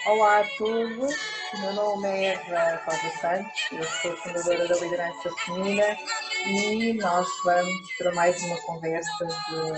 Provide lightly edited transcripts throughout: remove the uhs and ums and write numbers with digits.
Olá a todos, o meu nome é Eva Rosa Santos, eu sou fundadora da Liderança Feminina e nós vamos para mais uma conversas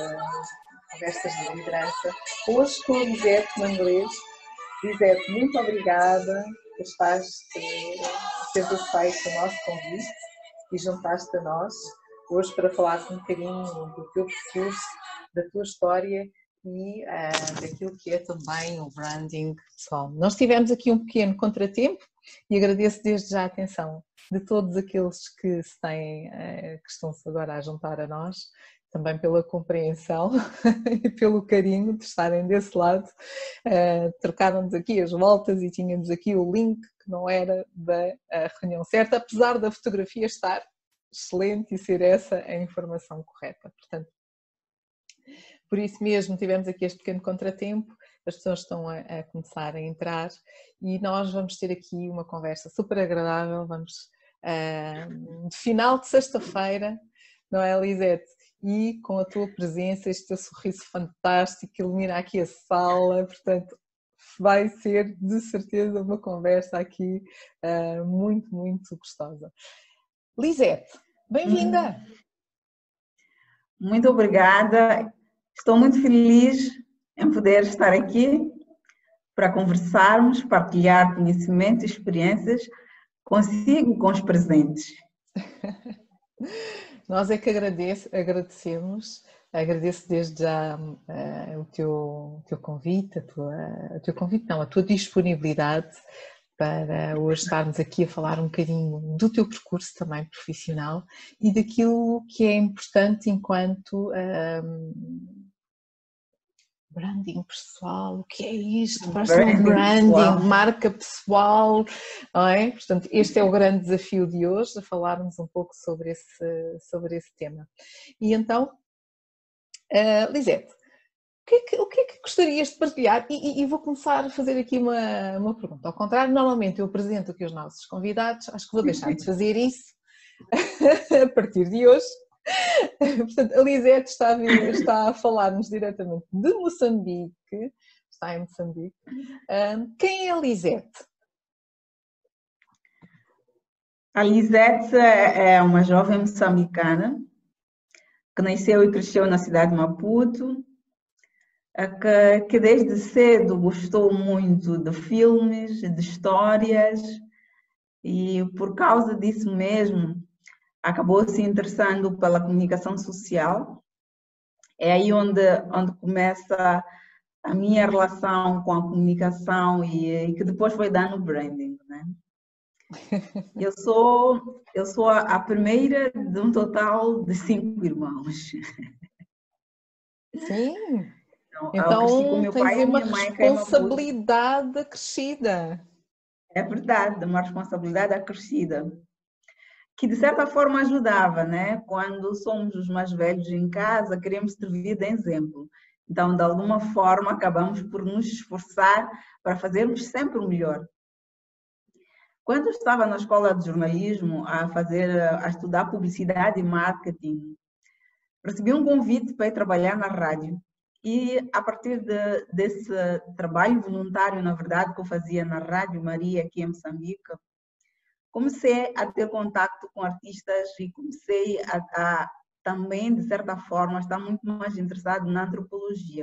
de liderança. Hoje com a Lisete Manglês. Lisete, muito obrigada por teres aceito o nosso convite e juntaste a nós hoje para falar um bocadinho do teu percurso, da tua história e daquilo que é também o branding pessoal. Nós tivemos aqui um pequeno contratempo e agradeço desde já a atenção de todos aqueles que estão-se agora a juntar a nós, também pela compreensão e pelo carinho de estarem desse lado. Trocaram-nos aqui as voltas e tínhamos aqui o link que não era da reunião certa, apesar da fotografia estar excelente e ser essa a informação correta. Portanto, por isso mesmo tivemos aqui este pequeno contratempo, as pessoas estão a começar a entrar e nós vamos ter aqui uma conversa super agradável, de final de sexta-feira, não é, Lisete? E com a tua presença, este teu sorriso fantástico, ilumina aqui a sala, portanto vai ser de certeza uma conversa aqui muito, muito gostosa. Lisete, bem-vinda! Muito obrigada. Estou muito feliz em poder estar aqui para conversarmos, partilhar conhecimentos e experiências consigo, com os presentes. Nós é que agradecemos, agradeço desde já o teu convite, a tua disponibilidade para hoje estarmos aqui a falar um bocadinho do teu percurso também profissional e daquilo que é importante enquanto branding pessoal, o que é isto? Branding, marca pessoal, não é? Portanto, este é o grande desafio de hoje, de falarmos um pouco sobre esse tema. E então, Lisete, o que é que gostarias de partilhar? E vou começar a fazer aqui uma pergunta. Ao contrário, normalmente eu apresento aqui os nossos convidados, acho que vou deixar de fazer isso a partir de hoje. Portanto, a Lisete está a falar-nos diretamente de Moçambique, está em Moçambique. Quem é a Lisete? A Lisete é uma jovem moçambicana que nasceu e cresceu na cidade de Maputo, que desde cedo gostou muito de filmes, de histórias e por causa disso mesmo acabou se interessando pela comunicação social. É aí onde começa a minha relação com a comunicação e que depois foi dando branding, né? Eu sou a primeira de um total de 5 irmãos. Sim. Então meu tens pai e uma minha mãe responsabilidade acrescida. É verdade, uma responsabilidade acrescida. Que de certa forma ajudava, né? Quando somos os mais velhos em casa, queremos servir de exemplo. Então, de alguma forma, acabamos por nos esforçar para fazermos sempre o melhor. Quando eu estava na escola de jornalismo a estudar publicidade e marketing, recebi um convite para ir trabalhar na rádio. E a partir desse trabalho voluntário, na verdade, que eu fazia na Rádio Maria, aqui em Moçambique, comecei a ter contato com artistas e comecei a também, de certa forma, estar muito mais interessado na antropologia.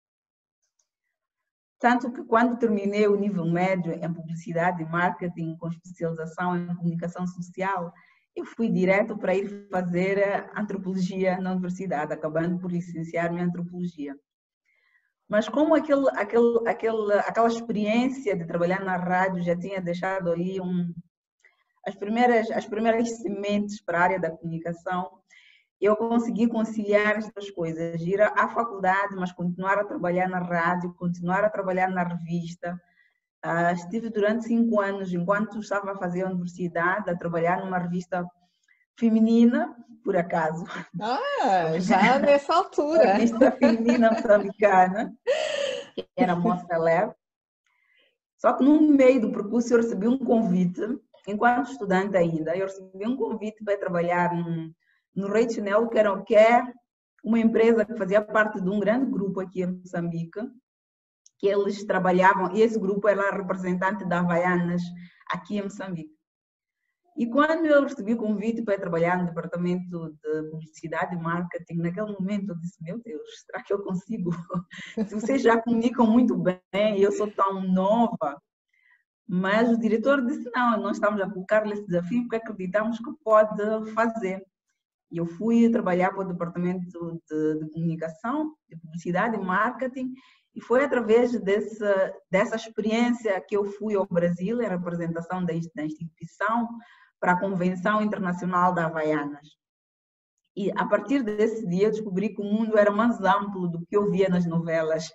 Tanto que quando terminei o nível médio em publicidade e marketing, com especialização em comunicação social, eu fui direto para ir fazer antropologia na universidade, acabando por licenciar-me em antropologia. Mas como aquela experiência de trabalhar na rádio já tinha deixado aí as primeiras sementes para a área da comunicação, eu consegui conciliar as duas coisas, ir à faculdade, mas continuar a trabalhar na rádio, continuar a trabalhar na revista. Estive durante 5 anos, enquanto estava a fazer a universidade, a trabalhar numa revista feminina, por acaso. Já nessa altura. A revista feminina moçambicana, que era Moça Leve. Só que no meio do percurso eu recebi um convite, enquanto estudante ainda, eu recebi um convite para trabalhar no Rei Chanel, que é uma empresa que fazia parte de um grande grupo aqui em Moçambique, que eles trabalhavam, e esse grupo era representante da Havaianas aqui em Moçambique. E quando eu recebi o convite para trabalhar no departamento de publicidade e marketing, naquele momento eu disse, meu Deus, será que eu consigo? Se vocês já comunicam muito bem, eu sou tão nova. Mas o diretor disse, não, nós estamos a colocar-lhe esse desafio porque acreditamos que pode fazer. E eu fui trabalhar para o departamento de comunicação, de publicidade e marketing, e foi através dessa experiência que eu fui ao Brasil, em representação da instituição, para a Convenção Internacional da Havaianas. E a partir desse dia eu descobri que o mundo era mais amplo do que eu via nas novelas.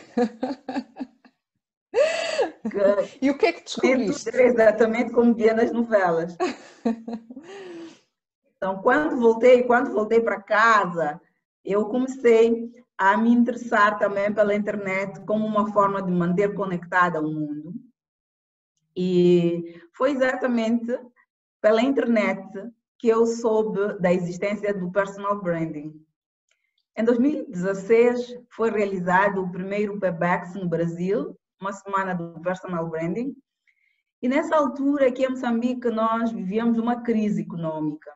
E o que é que descobriste? Era exatamente como via nas novelas. Então, quando voltei para casa, eu comecei a me interessar também pela internet como uma forma de manter conectada ao mundo. E foi exatamente pela internet que eu soube da existência do personal branding. Em 2016 foi realizado o primeiro PBX no Brasil, uma semana do personal branding. E nessa altura aqui em Moçambique nós vivíamos uma crise econômica.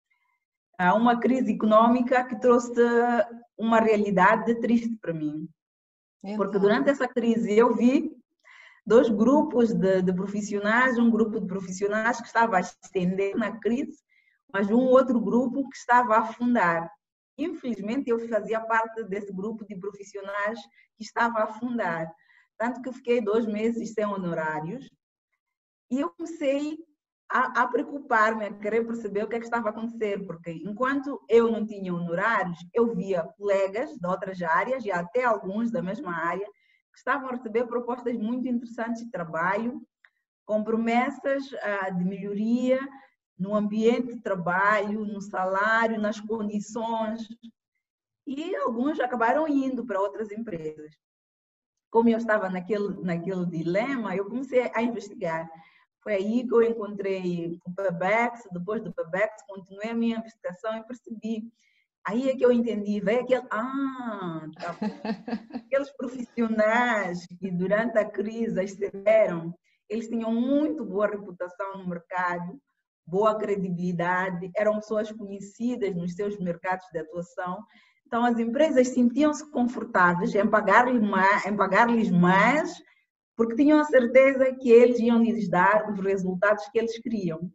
Uma crise econômica que trouxe uma realidade triste para mim. Porque durante essa crise eu vi dois grupos de profissionais, um grupo de profissionais que estava a ascender na crise, mas um outro grupo que estava a afundar. Infelizmente eu fazia parte desse grupo de profissionais que estava a afundar. Tanto que eu fiquei 2 meses sem honorários e eu comecei a preocupar-me, a querer perceber o que é que estava a acontecer, porque enquanto eu não tinha honorários, eu via colegas de outras áreas e até alguns da mesma área que estavam a receber propostas muito interessantes de trabalho, com promessas de melhoria no ambiente de trabalho, no salário, nas condições, e alguns acabaram indo para outras empresas. Como eu estava naquele dilema, eu comecei a investigar. Foi aí que eu encontrei o PBX, depois do PBX continuei a minha investigação e percebi. Aí é que eu entendi, veio aquele, tá bom. Aqueles profissionais que durante a crise ascenderam, eles tinham muito boa reputação no mercado, boa credibilidade, eram pessoas conhecidas nos seus mercados de atuação. Então as empresas sentiam-se confortáveis em pagar-lhes mais, porque tinham a certeza que eles iam lhes dar os resultados que eles queriam.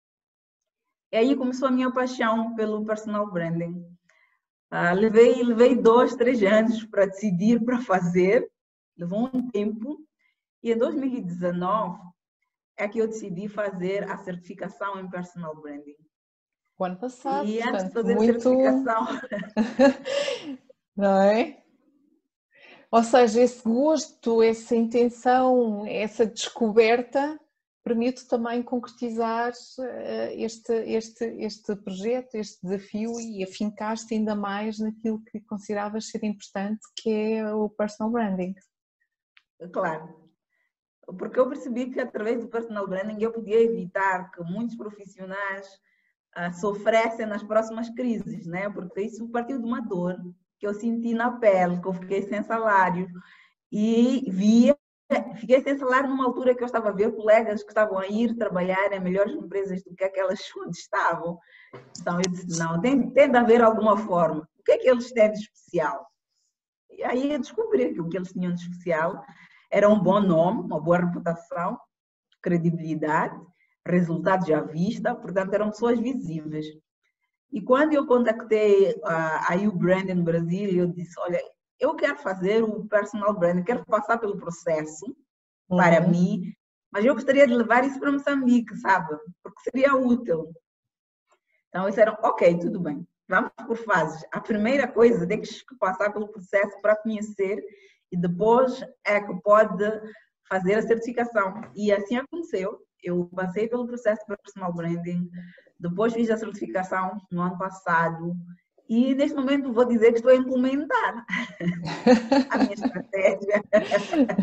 E aí começou a minha paixão pelo personal branding. Levei 2, 3 anos para decidir, para fazer, levou um tempo, e em 2019 é que eu decidi fazer a certificação em personal branding. O ano passado, e antes portanto, de fazer muito... a certificação... Não é? Ou seja, esse gosto, essa intenção, essa descoberta permite também concretizar este projeto, este desafio e afincar-se ainda mais naquilo que consideravas ser importante, que é o personal branding. Claro, porque eu percebi que através do personal branding eu podia evitar que muitos profissionais sofressem nas próximas crises, né? Porque isso partiu de uma dor que eu senti na pele, que eu fiquei sem salário e fiquei sem salário numa altura que eu estava a ver colegas que estavam a ir trabalhar em melhores empresas do que aquelas onde estavam. Então eu disse, não, tem de haver alguma forma. O que é que eles têm de especial? E aí eu descobri que o que eles tinham de especial era um bom nome, uma boa reputação, credibilidade, resultados à vista, portanto eram pessoas visíveis. E quando eu contactei a U-Brand no Brasil, eu disse, olha, eu quero fazer o personal branding, quero passar pelo processo para mim, mas eu gostaria de levar isso para Moçambique, sabe? Porque seria útil. Então, eles disseram, ok, tudo bem, vamos por fases. A primeira coisa, tem que passar pelo processo para conhecer e depois é que pode fazer a certificação. E assim aconteceu. Eu passei pelo processo de personal branding, depois fiz a certificação no ano passado e neste momento vou dizer que estou a implementar a minha estratégia.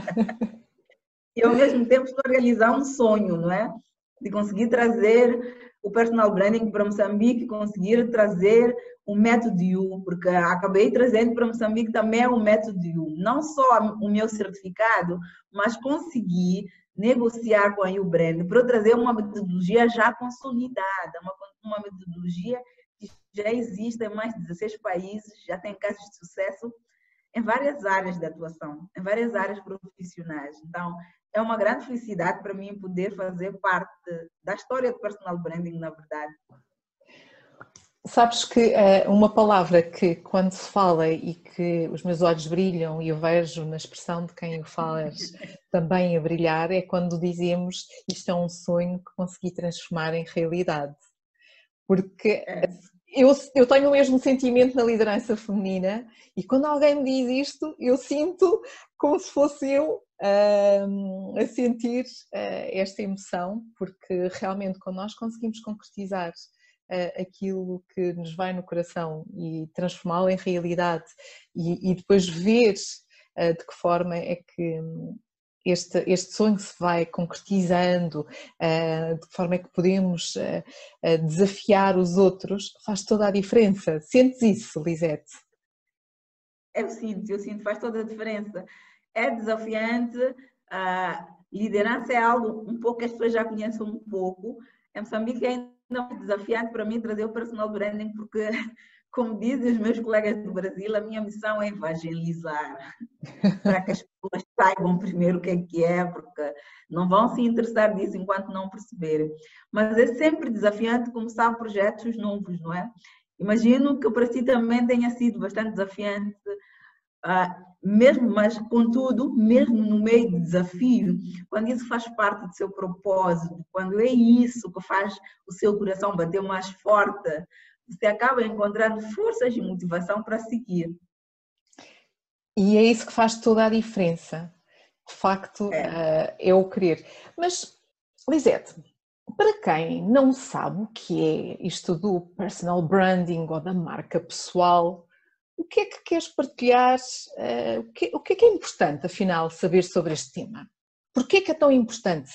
E ao mesmo tempo estou a realizar um sonho, não é? De conseguir trazer o personal branding para Moçambique, conseguir trazer o método U, porque acabei trazendo para Moçambique também o método U. Não só o meu certificado, mas consegui negociar com a U-Brand para eu trazer uma metodologia já consolidada, uma metodologia que já existe em mais de 16 países, já tem casos de sucesso em várias áreas de atuação, em várias áreas profissionais. Então, é uma grande felicidade para mim poder fazer parte da história do personal branding, na verdade. Sabes que uma palavra que quando se fala e que os meus olhos brilham e eu vejo na expressão de quem o falas também a brilhar é quando dizemos isto é um sonho que consegui transformar em realidade. Porque eu tenho o mesmo sentimento na liderança feminina e quando alguém me diz isto eu sinto como se fosse eu a sentir esta emoção, porque realmente quando nós conseguimos concretizar aquilo que nos vai no coração e transformá-lo em realidade e depois ver de que forma é que este sonho se vai concretizando, de que forma é que podemos desafiar os outros, faz toda a diferença. Sentes isso, Lisete? Eu sinto, faz toda a diferença. É desafiante, liderança é algo um pouco que as pessoas já conhecem um pouco. Em Moçambique é ainda mais desafiante para mim trazer o personal branding, porque, como dizem os meus colegas do Brasil, a minha missão é evangelizar, para que as pessoas saibam primeiro o que é, porque não vão se interessar nisso enquanto não perceberem. Mas é sempre desafiante começar projetos novos, não é? Imagino que para si também tenha sido bastante desafiante, mesmo, mas contudo, mesmo no meio do desafio, quando isso faz parte do seu propósito, quando é isso que faz o seu coração bater mais forte, você acaba encontrando forças e motivação para seguir. E é isso que faz toda a diferença. De facto, é o querer. Mas, Lisete, para quem não sabe o que é isto do personal branding ou da marca pessoal, o que é que queres partilhar? O que é importante, afinal, saber sobre este tema? Porquê é que é tão importante?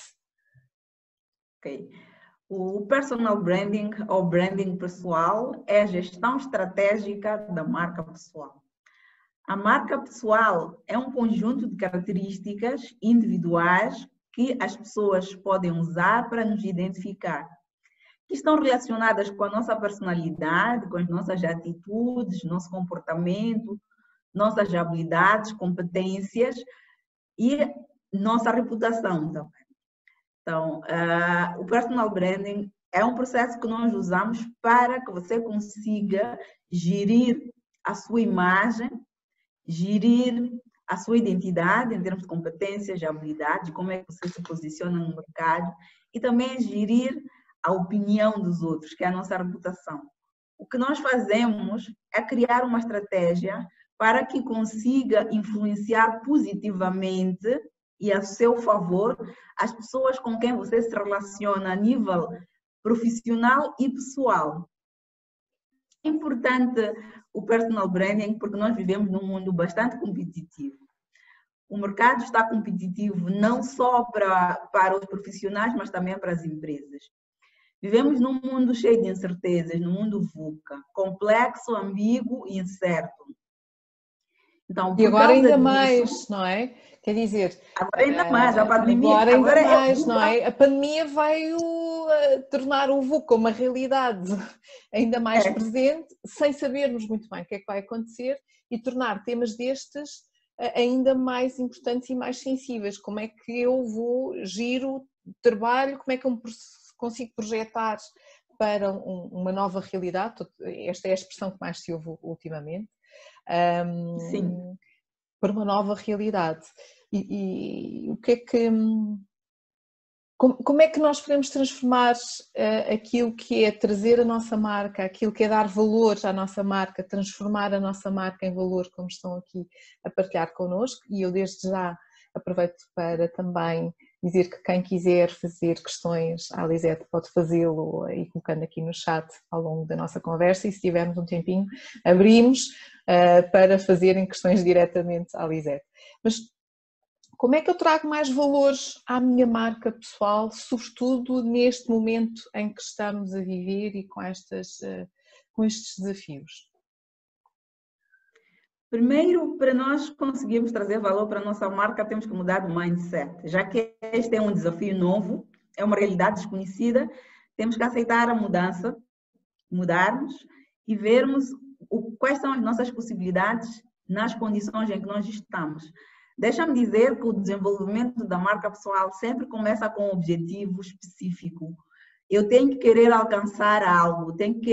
Ok. O personal branding ou branding pessoal é a gestão estratégica da marca pessoal. A marca pessoal é um conjunto de características individuais que as pessoas podem usar para nos identificar, que estão relacionadas com a nossa personalidade, com as nossas atitudes, nosso comportamento, nossas habilidades, competências e nossa reputação também. Então, o personal branding é um processo que nós usamos para que você consiga gerir a sua imagem, gerir a sua identidade em termos de competências, de habilidades, como é que você se posiciona no mercado e também gerir a opinião dos outros, que é a nossa reputação. O que nós fazemos é criar uma estratégia para que consiga influenciar positivamente e a seu favor as pessoas com quem você se relaciona a nível profissional e pessoal. É importante o personal branding porque nós vivemos num mundo bastante competitivo. O mercado está competitivo não só para os profissionais, mas também para as empresas. Vivemos num mundo cheio de incertezas, num mundo VUCA, complexo, ambíguo e incerto. Então, e agora ainda mais, não é? Quer dizer, agora ainda mais, a pandemia. Agora ainda mais, não é? A pandemia veio tornar o VUCA uma realidade ainda mais presente, sem sabermos muito bem o que é que vai acontecer e tornar temas destes ainda mais importantes e mais sensíveis. Como é que eu giro trabalho, como é que eu consigo projetar para uma nova realidade? Esta é a expressão que mais se ouve ultimamente. Sim. Para uma nova realidade. E o que é que... Como é que nós podemos transformar aquilo que é trazer a nossa marca, aquilo que é dar valor à nossa marca, transformar a nossa marca em valor, como estão aqui a partilhar connosco, e eu desde já aproveito para também dizer que quem quiser fazer questões à Lisete pode fazê-lo e colocando aqui no chat ao longo da nossa conversa, e se tivermos um tempinho abrimos para fazerem questões diretamente à Lisete. Mas como é que eu trago mais valores à minha marca pessoal, sobretudo neste momento em que estamos a viver e com estes desafios? Primeiro, para nós conseguirmos trazer valor para a nossa marca, temos que mudar o mindset. Já que este é um desafio novo, é uma realidade desconhecida, temos que aceitar a mudança, mudarmos e vermos quais são as nossas possibilidades nas condições em que nós estamos. Deixa-me dizer que o desenvolvimento da marca pessoal sempre começa com um objetivo específico. Eu tenho que querer alcançar algo,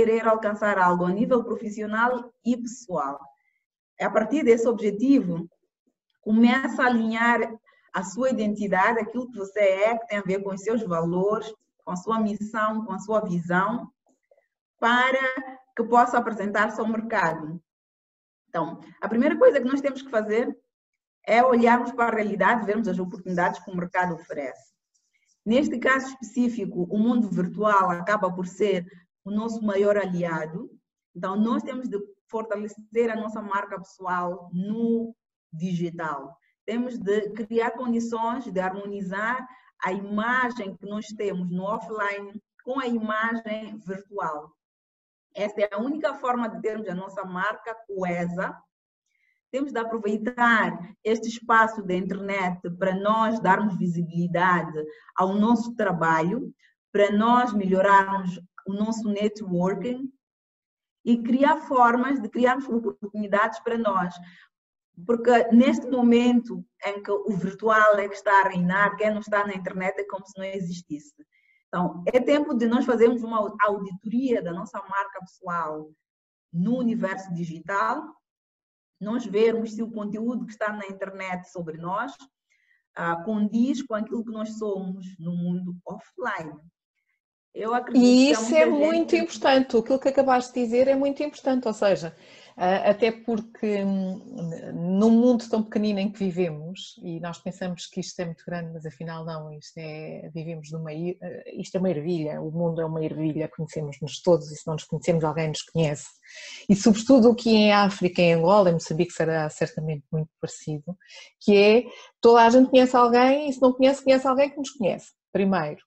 a nível profissional e pessoal. A partir desse objetivo, começa a alinhar a sua identidade, aquilo que você é, que tem a ver com os seus valores, com a sua missão, com a sua visão, para que possa apresentar-se ao mercado. Então, a primeira coisa que nós temos que fazer é olharmos para a realidade, vermos as oportunidades que o mercado oferece. Neste caso específico, o mundo virtual acaba por ser o nosso maior aliado. Então, nós temos de fortalecer a nossa marca pessoal no digital. Temos de criar condições de harmonizar a imagem que nós temos no offline com a imagem virtual. Esta é a única forma de termos a nossa marca coesa. Temos de aproveitar este espaço da internet para nós darmos visibilidade ao nosso trabalho, para nós melhorarmos o nosso networking e criar formas de criarmos oportunidades para nós. Porque neste momento em que o virtual é que está a reinar, quem não está na internet é como se não existisse. Então, é tempo de nós fazermos uma auditoria da nossa marca pessoal no universo digital, nós vermos se o conteúdo que está na internet sobre nós condiz com aquilo que nós somos no mundo offline. Eu acredito E que isso é muito importante, aquilo que acabaste de dizer é muito importante, ou seja, até porque num mundo tão pequenino em que vivemos, e nós pensamos que isto é muito grande, mas afinal não, vivemos isto é uma ervilha, o mundo é uma ervilha, conhecemos-nos todos e se não nos conhecemos alguém nos conhece. E sobretudo o que em África, em Angola, em Moçambique será certamente muito parecido, que é toda a gente conhece alguém e se não conhece, conhece alguém que nos conhece, primeiro.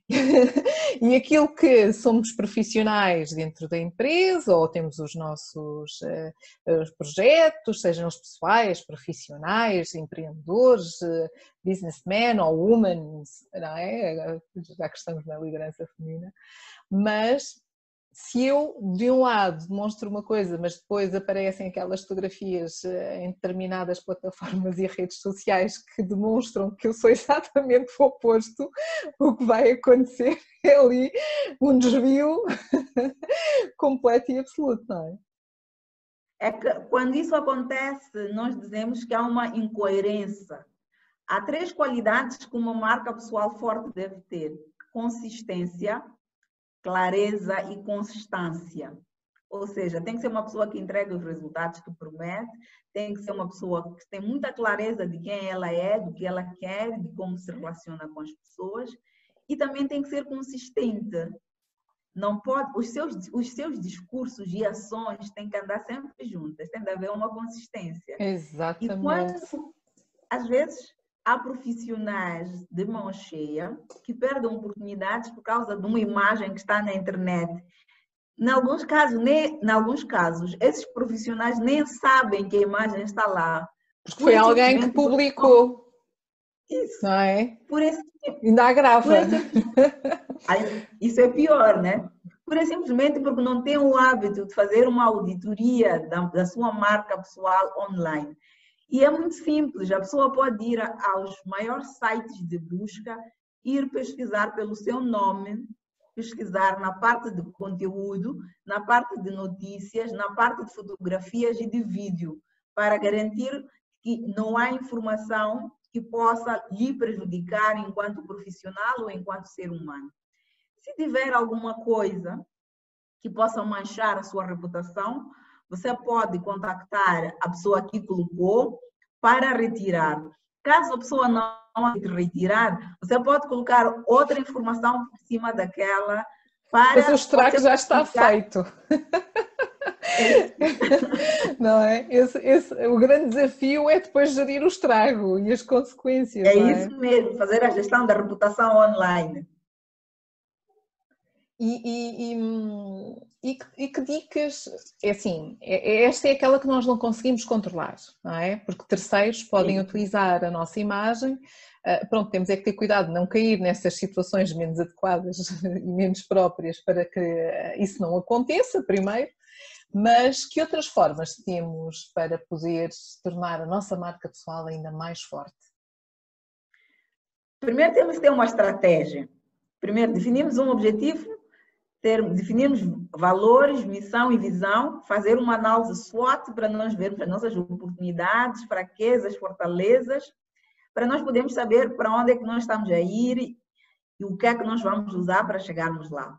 E aquilo que somos profissionais dentro da empresa ou temos os nossos projetos, sejam os pessoais, profissionais, empreendedores, businessmen ou women, não é? Já que estamos na liderança feminina, mas se eu de um lado demonstro uma coisa, mas depois aparecem aquelas fotografias em determinadas plataformas e redes sociais que demonstram que eu sou exatamente o oposto, o que vai acontecer é ali um desvio completo e absoluto, não é? É que quando isso acontece, nós dizemos que há uma incoerência. Há 3 qualidades que uma marca pessoal forte deve ter: consistência, clareza e constância. Ou seja, tem que ser uma pessoa que entrega os resultados que promete, tem que ser uma pessoa que tem muita clareza de quem ela é, do que ela quer, de como se relaciona com as pessoas, e também tem que ser consistente. Não pode, os seus discursos e ações têm que andar sempre juntas, tem de haver uma consistência. Exatamente. E quando, às vezes, há profissionais de mão cheia que perdem oportunidades por causa de uma imagem que está na internet. Em alguns casos, esses profissionais nem sabem que a imagem está lá. Porque foi alguém que publicou. Isso. Não é? Por esse, ainda agrava. Isso é pior, né? Pura e simplesmente porque não tem o hábito de fazer uma auditoria da sua marca pessoal online. E é muito simples, a pessoa pode ir aos maiores sites de busca, ir pesquisar pelo seu nome, pesquisar na parte de conteúdo, na parte de notícias, na parte de fotografias e de vídeo, para garantir que não há informação que possa lhe prejudicar enquanto profissional ou enquanto ser humano. Se tiver alguma coisa que possa manchar a sua reputação, você pode contactar a pessoa que colocou para retirar. Caso a pessoa não retirar, você pode colocar outra informação por cima daquela para... Mas o estrago já está feito. Não é? O grande desafio é depois gerir o estrago e as consequências. É não é? isso mesmo, fazer a gestão da reputação online. E que dicas, é assim, esta é aquela que nós não conseguimos controlar, não é? Porque terceiros podem utilizar a nossa imagem, pronto, temos é que ter cuidado de não cair nessas situações menos adequadas e menos próprias para que isso não aconteça primeiro, mas que outras formas temos para poder tornar a nossa marca pessoal ainda mais forte? Primeiro temos que ter uma estratégia. Primeiro definimos um objetivo, definirmos valores, missão e visão, fazer uma análise SWOT para nós vermos as nossas oportunidades, fraquezas, fortalezas, para nós podermos saber para onde é que nós estamos a ir e o que é que nós vamos usar para chegarmos lá.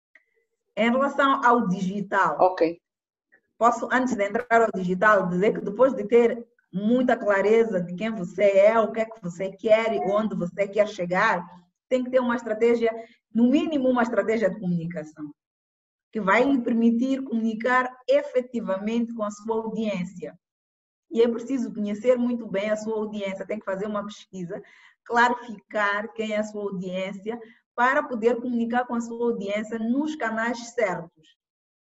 Em relação ao digital, posso, antes de entrar ao digital, dizer que depois de ter muita clareza de quem você é, o que é que você quer e onde você quer chegar, tem que ter uma estratégia, no mínimo uma estratégia de comunicação, que vai lhe permitir comunicar efetivamente com a sua audiência. E é preciso conhecer muito bem a sua audiência, tem que fazer uma pesquisa, clarificar quem é a sua audiência, para poder comunicar com a sua audiência nos canais certos.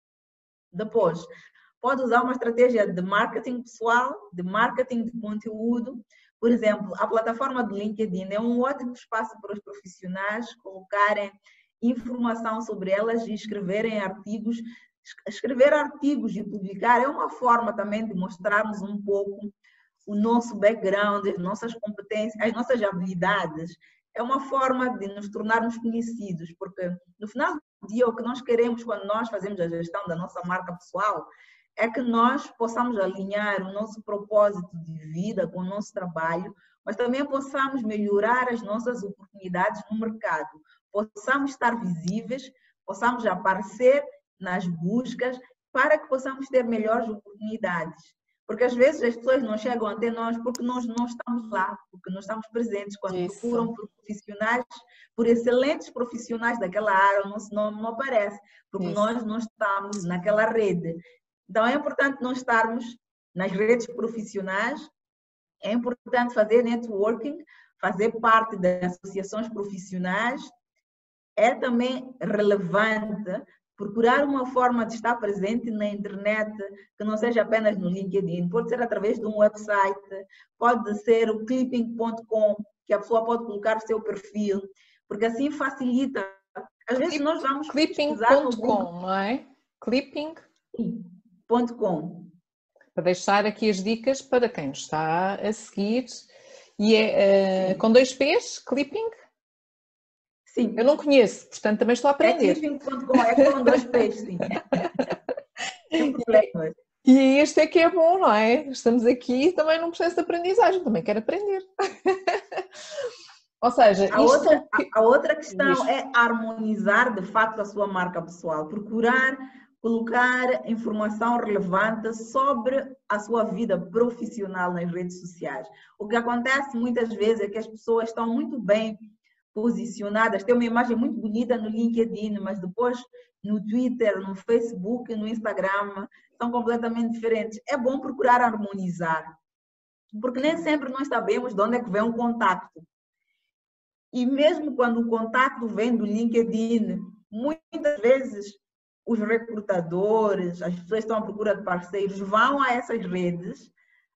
Depois, pode usar uma estratégia de marketing pessoal, de marketing de conteúdo. Por exemplo, a plataforma do LinkedIn é um ótimo espaço para os profissionais colocarem informação sobre elas e escreverem artigos. Escrever artigos e publicar é uma forma também de mostrarmos um pouco o nosso background, as nossas competências, as nossas habilidades. É uma forma de nos tornarmos conhecidos, porque no final do dia o que nós queremos quando nós fazemos a gestão da nossa marca pessoal é que nós possamos alinhar o nosso propósito de vida com o nosso trabalho, mas também possamos melhorar as nossas oportunidades no mercado, possamos estar visíveis, possamos aparecer nas buscas para que possamos ter melhores oportunidades. Porque às vezes as pessoas não chegam até nós porque nós não estamos lá, porque não estamos presentes. Quando procuram por profissionais, por excelentes profissionais daquela área, o nosso nome não aparece, porque nós não estamos naquela rede. Então é importante nós estarmos nas redes profissionais, é importante fazer networking, fazer parte das associações profissionais. É também relevante procurar uma forma de estar presente na internet, que não seja apenas no LinkedIn, pode ser através de um website, pode ser o clipping.com, que a pessoa pode colocar o seu perfil, porque assim facilita. Às vezes nós vamos clipping.com, não é? Clipping.com. Para deixar aqui as dicas para quem nos está a seguir. E é com 2 P's, clipping? Sim. Eu não conheço, portanto também estou a aprender. É clipping.com, é com 2 P's, sim. Sem problemas. E este é que é bom, não é? Estamos aqui também num processo de aprendizagem, também quero aprender. Ou seja, a outra questão é harmonizar de facto a sua marca pessoal, procurar colocar informação relevante sobre a sua vida profissional nas redes sociais. O que acontece muitas vezes é que as pessoas estão muito bem posicionadas, têm uma imagem muito bonita no LinkedIn, mas depois no Twitter, no Facebook, no Instagram, são completamente diferentes. É bom procurar harmonizar, porque nem sempre nós sabemos de onde é que vem um contacto. E mesmo quando o contacto vem do LinkedIn, muitas vezes os recrutadores, as pessoas que estão à procura de parceiros, vão a essas redes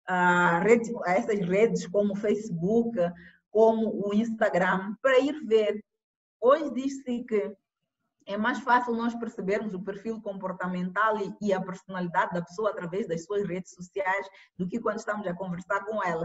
como o Facebook, como o Instagram, para ir ver. Hoje diz-se que é mais fácil nós percebermos o perfil comportamental e a personalidade da pessoa através das suas redes sociais do que quando estamos a conversar com ela.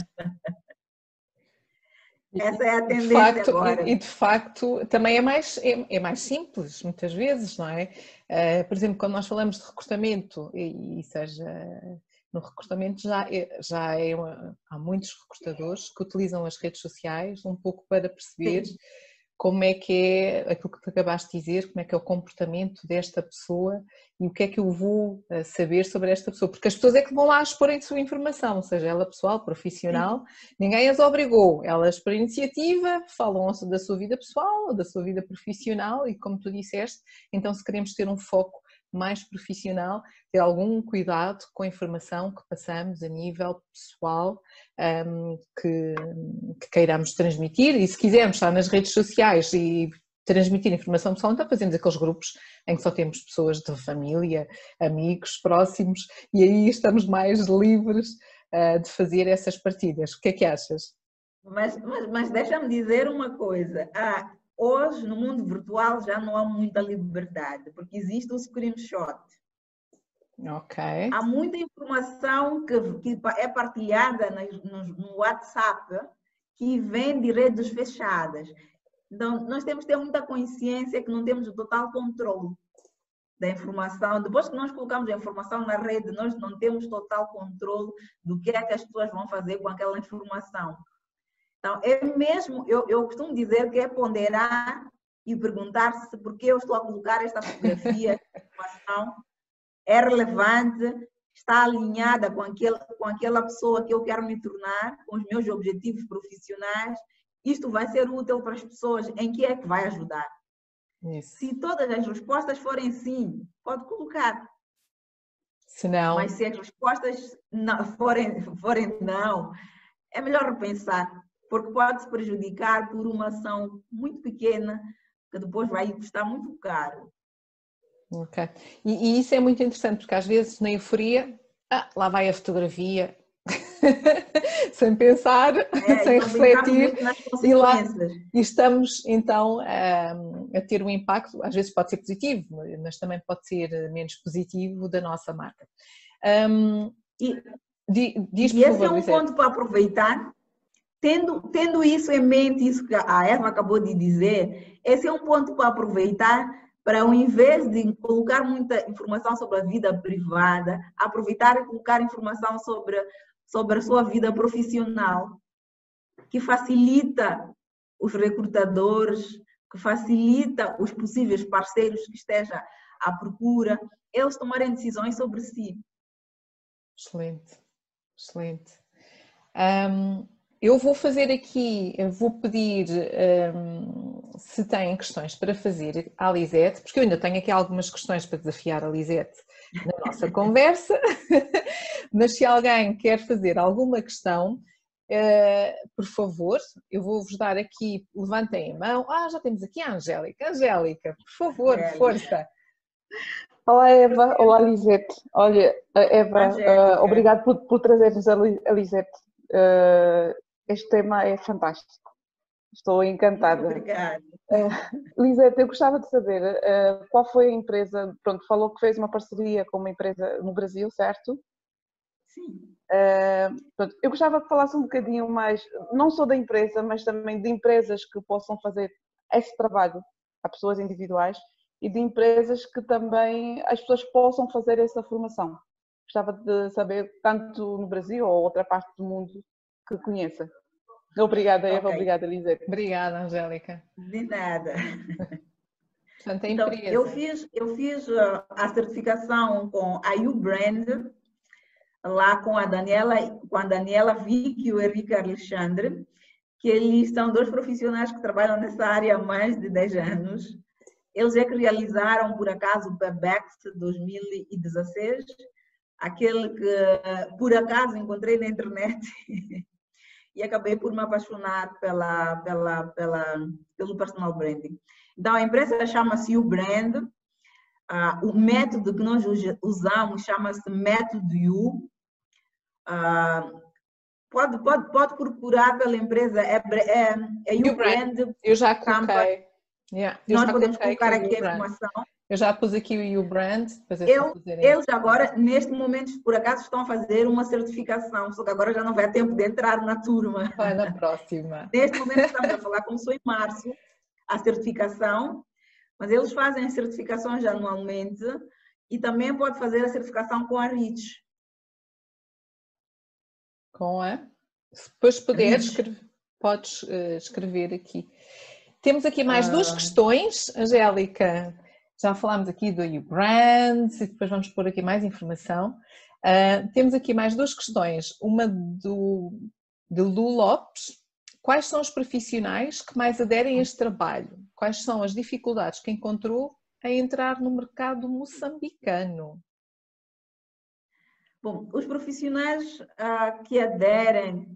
Essa é a tendência agora. E de facto também é mais simples, muitas vezes, não é? Por exemplo, quando nós falamos de recrutamento, e seja no recrutamento há muitos recrutadores que utilizam as redes sociais um pouco para perceber como é que é aquilo que tu acabaste de dizer, como é que é o comportamento desta pessoa e o que é que eu vou saber sobre esta pessoa, porque as pessoas é que vão lá expor a sua informação, seja ela pessoal, profissional, ninguém as obrigou, elas por iniciativa falam da sua vida pessoal, da sua vida profissional e como tu disseste, então se queremos ter um foco mais profissional, ter algum cuidado com a informação que passamos a nível pessoal, que queiramos transmitir, e se quisermos estar nas redes sociais e transmitir informação pessoal, então fazemos aqueles grupos em que só temos pessoas de família, amigos próximos, e aí estamos mais livres de fazer essas partilhas. O que é que achas? Mas deixa-me dizer uma coisa. Hoje, no mundo virtual, já não há muita liberdade, porque existe o screenshot. Ok. Há muita informação que é partilhada no WhatsApp que vem de redes fechadas. Então, nós temos que ter muita consciência que não temos o total controle da informação. Depois que nós colocamos a informação na rede, nós não temos total controle do que é que as pessoas vão fazer com aquela informação. Então, eu costumo dizer que é ponderar e perguntar-se por que eu estou a colocar esta fotografia, esta informação é relevante, está alinhada com aquela pessoa que eu quero me tornar, com os meus objetivos profissionais. Isto vai ser útil para as pessoas, em que é que vai ajudar? Isso. Se todas as respostas forem sim, pode colocar. Se não... Mas se as respostas não, forem não, é melhor repensar, porque pode se prejudicar por uma ação muito pequena, que depois vai custar muito caro. Ok. E isso é muito interessante, porque às vezes na euforia, lá vai a fotografia, sem pensar, sem refletir, e estamos então a ter um impacto, às vezes pode ser positivo, mas também pode ser menos positivo da nossa marca. Diz, por favor, esse é um ponto para aproveitar, tendo isso em mente, isso que a Eva acabou de dizer, esse é um ponto para aproveitar para, ao invés de colocar muita informação sobre a vida privada, aproveitar e colocar informação sobre a sua vida profissional, que facilita os recrutadores, que facilita os possíveis parceiros que estejam à procura, eles tomarem decisões sobre si. Excelente, excelente. Eu vou fazer aqui, vou pedir se têm questões para fazer à Lisete, porque eu ainda tenho aqui algumas questões para desafiar a Lisete na nossa conversa, mas se alguém quer fazer alguma questão, por favor, eu vou-vos dar aqui, levantem a mão. Já temos aqui a Angélica. Angélica, por favor, força. Olá Eva, olá Lisete. Olha, Eva, obrigado por trazer-nos a Lisete. Este tema é fantástico. Estou encantada. Obrigada. Lisete, eu gostava de saber qual foi a empresa, pronto, falou que fez uma parceria com uma empresa no Brasil, certo? Sim. Pronto, eu gostava que falasse um bocadinho mais, não só da empresa, mas também de empresas que possam fazer esse trabalho a pessoas individuais e de empresas que também as pessoas possam fazer essa formação. Gostava de saber, tanto no Brasil ou outra parte do mundo, que conheça. Obrigada, Eva. Okay. Obrigada, Lisete. Obrigada, Angélica. De nada. Portanto, a então, empresa. eu fiz a certificação com a U-Brand, lá com a Daniela Vick e o Henrique Alexandre, que eles são dois profissionais que trabalham nessa área há mais de 10 anos. Eles é que realizaram, por acaso, o PEBEX 2016, aquele que, por acaso, encontrei na internet e acabei por me apaixonar pelo personal branding. Então, a empresa chama-se U-Brand. O método que nós usamos chama-se método U. Pode procurar pela empresa, é U-Brand. Eu já coloquei. Nós podemos colocar aqui a informação. Eu já pus aqui o U-Brand. Eles agora, neste momento, por acaso, estão a fazer uma certificação, só que agora já não vai ter tempo de entrar na turma. Vai na próxima. Neste momento estamos a falar, começou em março a certificação, mas eles fazem certificações anualmente e também pode fazer a certificação com a REACH. Com a? Se depois puderes, podes escrever aqui. Temos aqui mais duas questões, Angélica. Já falámos aqui do U-Brand e depois vamos pôr aqui mais informação. Temos aqui mais duas questões. Uma de Lu Lopes. Quais são os profissionais que mais aderem a este trabalho? Quais são as dificuldades que encontrou a entrar no mercado moçambicano? Bom, os profissionais que aderem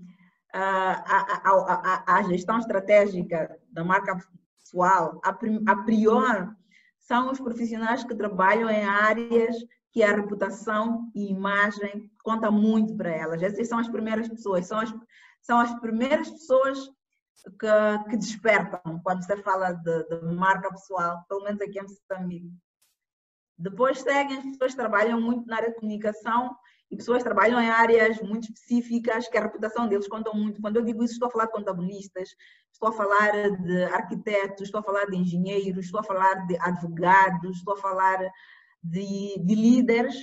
à gestão estratégica da marca pessoal, a priori, são os profissionais que trabalham em áreas que a reputação e imagem conta muito para elas. Essas são as primeiras pessoas, são as primeiras pessoas que despertam quando você fala de marca pessoal, pelo menos aqui em Moçambique. Depois seguem as pessoas que trabalham muito na área de comunicação e pessoas que trabalham em áreas muito específicas que a reputação deles conta muito. Quando eu digo isso, estou a falar de contabilistas, estou a falar de arquitetos, estou a falar de engenheiros, estou a falar de advogados, estou a falar de líderes,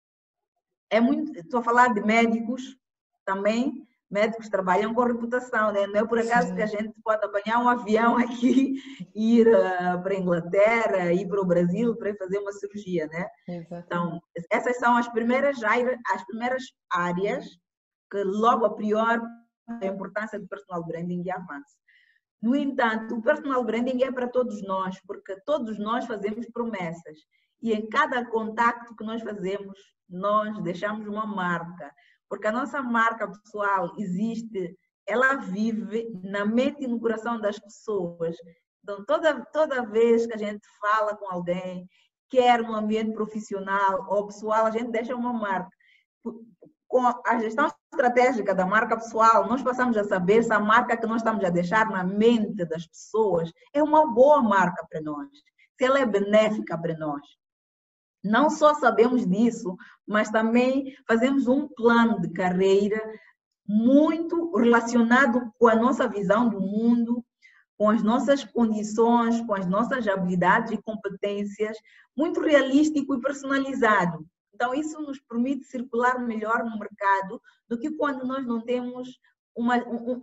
estou a falar de médicos também. Médicos trabalham com reputação, né? Não é por acaso Sim. que a gente pode apanhar um avião aqui, ir para a Inglaterra, ir para o Brasil para fazer uma cirurgia, né? Exatamente. Então, essas são as primeiras áreas que logo a priori a importância do personal branding avança. No entanto, o personal branding é para todos nós, porque todos nós fazemos promessas e em cada contacto que nós fazemos, nós deixamos uma marca. Porque a nossa marca pessoal existe, ela vive na mente e no coração das pessoas. Então, toda vez que a gente fala com alguém, quer no ambiente profissional ou pessoal, a gente deixa uma marca. Com a gestão estratégica da marca pessoal, nós passamos a saber se a marca que nós estamos a deixar na mente das pessoas é uma boa marca para nós, se ela é benéfica para nós. Não só sabemos disso, mas também fazemos um plano de carreira muito relacionado com a nossa visão do mundo, com as nossas condições, com as nossas habilidades e competências, muito realístico e personalizado. Então, isso nos permite circular melhor no mercado do que quando nós não temos uma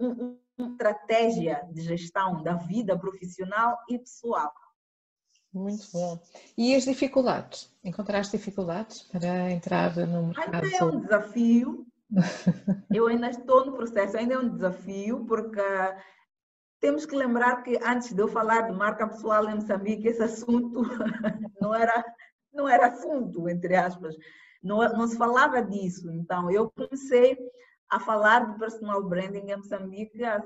estratégia de gestão da vida profissional e pessoal. Muito bom. E as dificuldades? Encontraste dificuldades para entrar no mercado? Ainda é um desafio. Eu ainda estou no processo, ainda é um desafio, porque temos que lembrar que antes de eu falar de marca pessoal em Moçambique, esse assunto não era assunto, entre aspas. Não se falava disso. Então, eu comecei a falar de personal branding em Moçambique há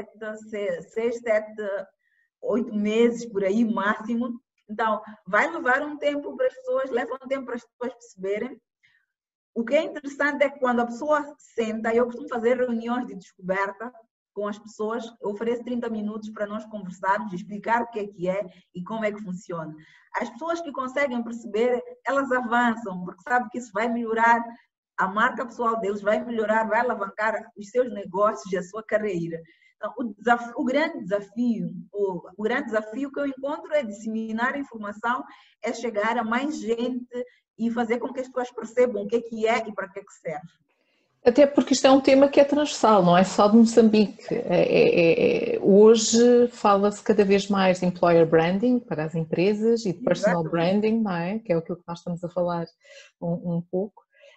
6, 7, 8 meses, por aí, máximo. Então, vai levar um tempo para as pessoas, leva um tempo para as pessoas perceberem. O que é interessante é que quando a pessoa senta, eu costumo fazer reuniões de descoberta com as pessoas, eu ofereço 30 minutos para nós conversarmos, explicar o que é e como é que funciona. As pessoas que conseguem perceber, elas avançam, porque sabem que isso vai melhorar a marca pessoal deles, vai melhorar, vai alavancar os seus negócios e a sua carreira. Então, o grande desafio que eu encontro é disseminar a informação, é chegar a mais gente e fazer com que as pessoas percebam o que é e para que serve. Até porque isto é um tema que é transversal, não é só de Moçambique. Hoje fala-se cada vez mais de employer branding para as empresas e de personal branding, não é? Que é aquilo que nós estamos a falar um pouco.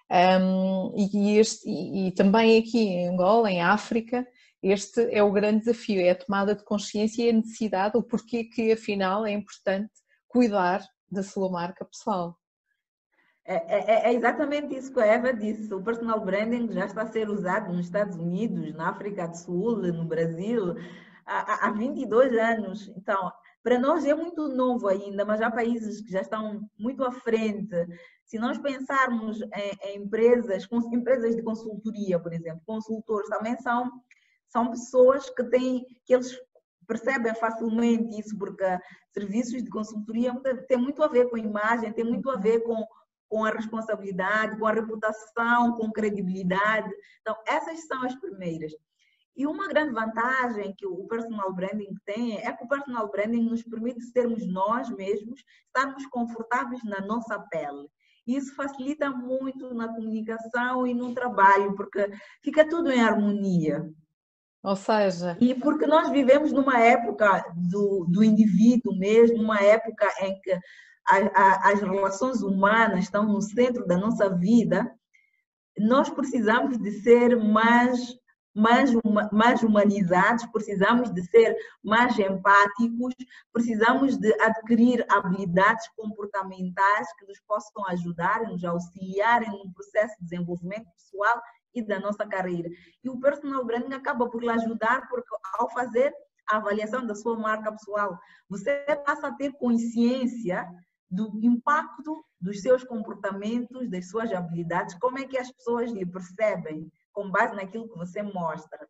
E também aqui em Angola, em África, este é o grande desafio, é a tomada de consciência e a necessidade, o porquê que afinal é importante cuidar da sua marca pessoal. É exatamente isso que a Eva disse. O personal branding já está a ser usado nos Estados Unidos, na África do Sul, no Brasil, há 22 anos. Então, para nós é muito novo ainda, mas há países que já estão muito à frente. Se nós pensarmos em empresas de consultoria, por exemplo, consultores também são pessoas que eles percebem facilmente isso, porque serviços de consultoria têm muito a ver com a imagem, tem muito a ver com a responsabilidade, com a reputação, com credibilidade. Então, essas são as primeiras. E uma grande vantagem que o personal branding tem é que o personal branding nos permite sermos nós mesmos, estarmos confortáveis na nossa pele. Isso facilita muito na comunicação e no trabalho, porque fica tudo em harmonia. Ou seja... E porque nós vivemos numa época do indivíduo mesmo, uma época em que as relações humanas estão no centro da nossa vida, nós precisamos de ser mais mais humanizados, precisamos de ser mais empáticos, precisamos de adquirir habilidades comportamentais que nos possam ajudar, nos auxiliar no processo de desenvolvimento pessoal e da nossa carreira. E o personal branding acaba por lhe ajudar, porque ao fazer a avaliação da sua marca pessoal, você passa a ter consciência do impacto dos seus comportamentos, das suas habilidades, como é que as pessoas lhe percebem, com base naquilo que você mostra.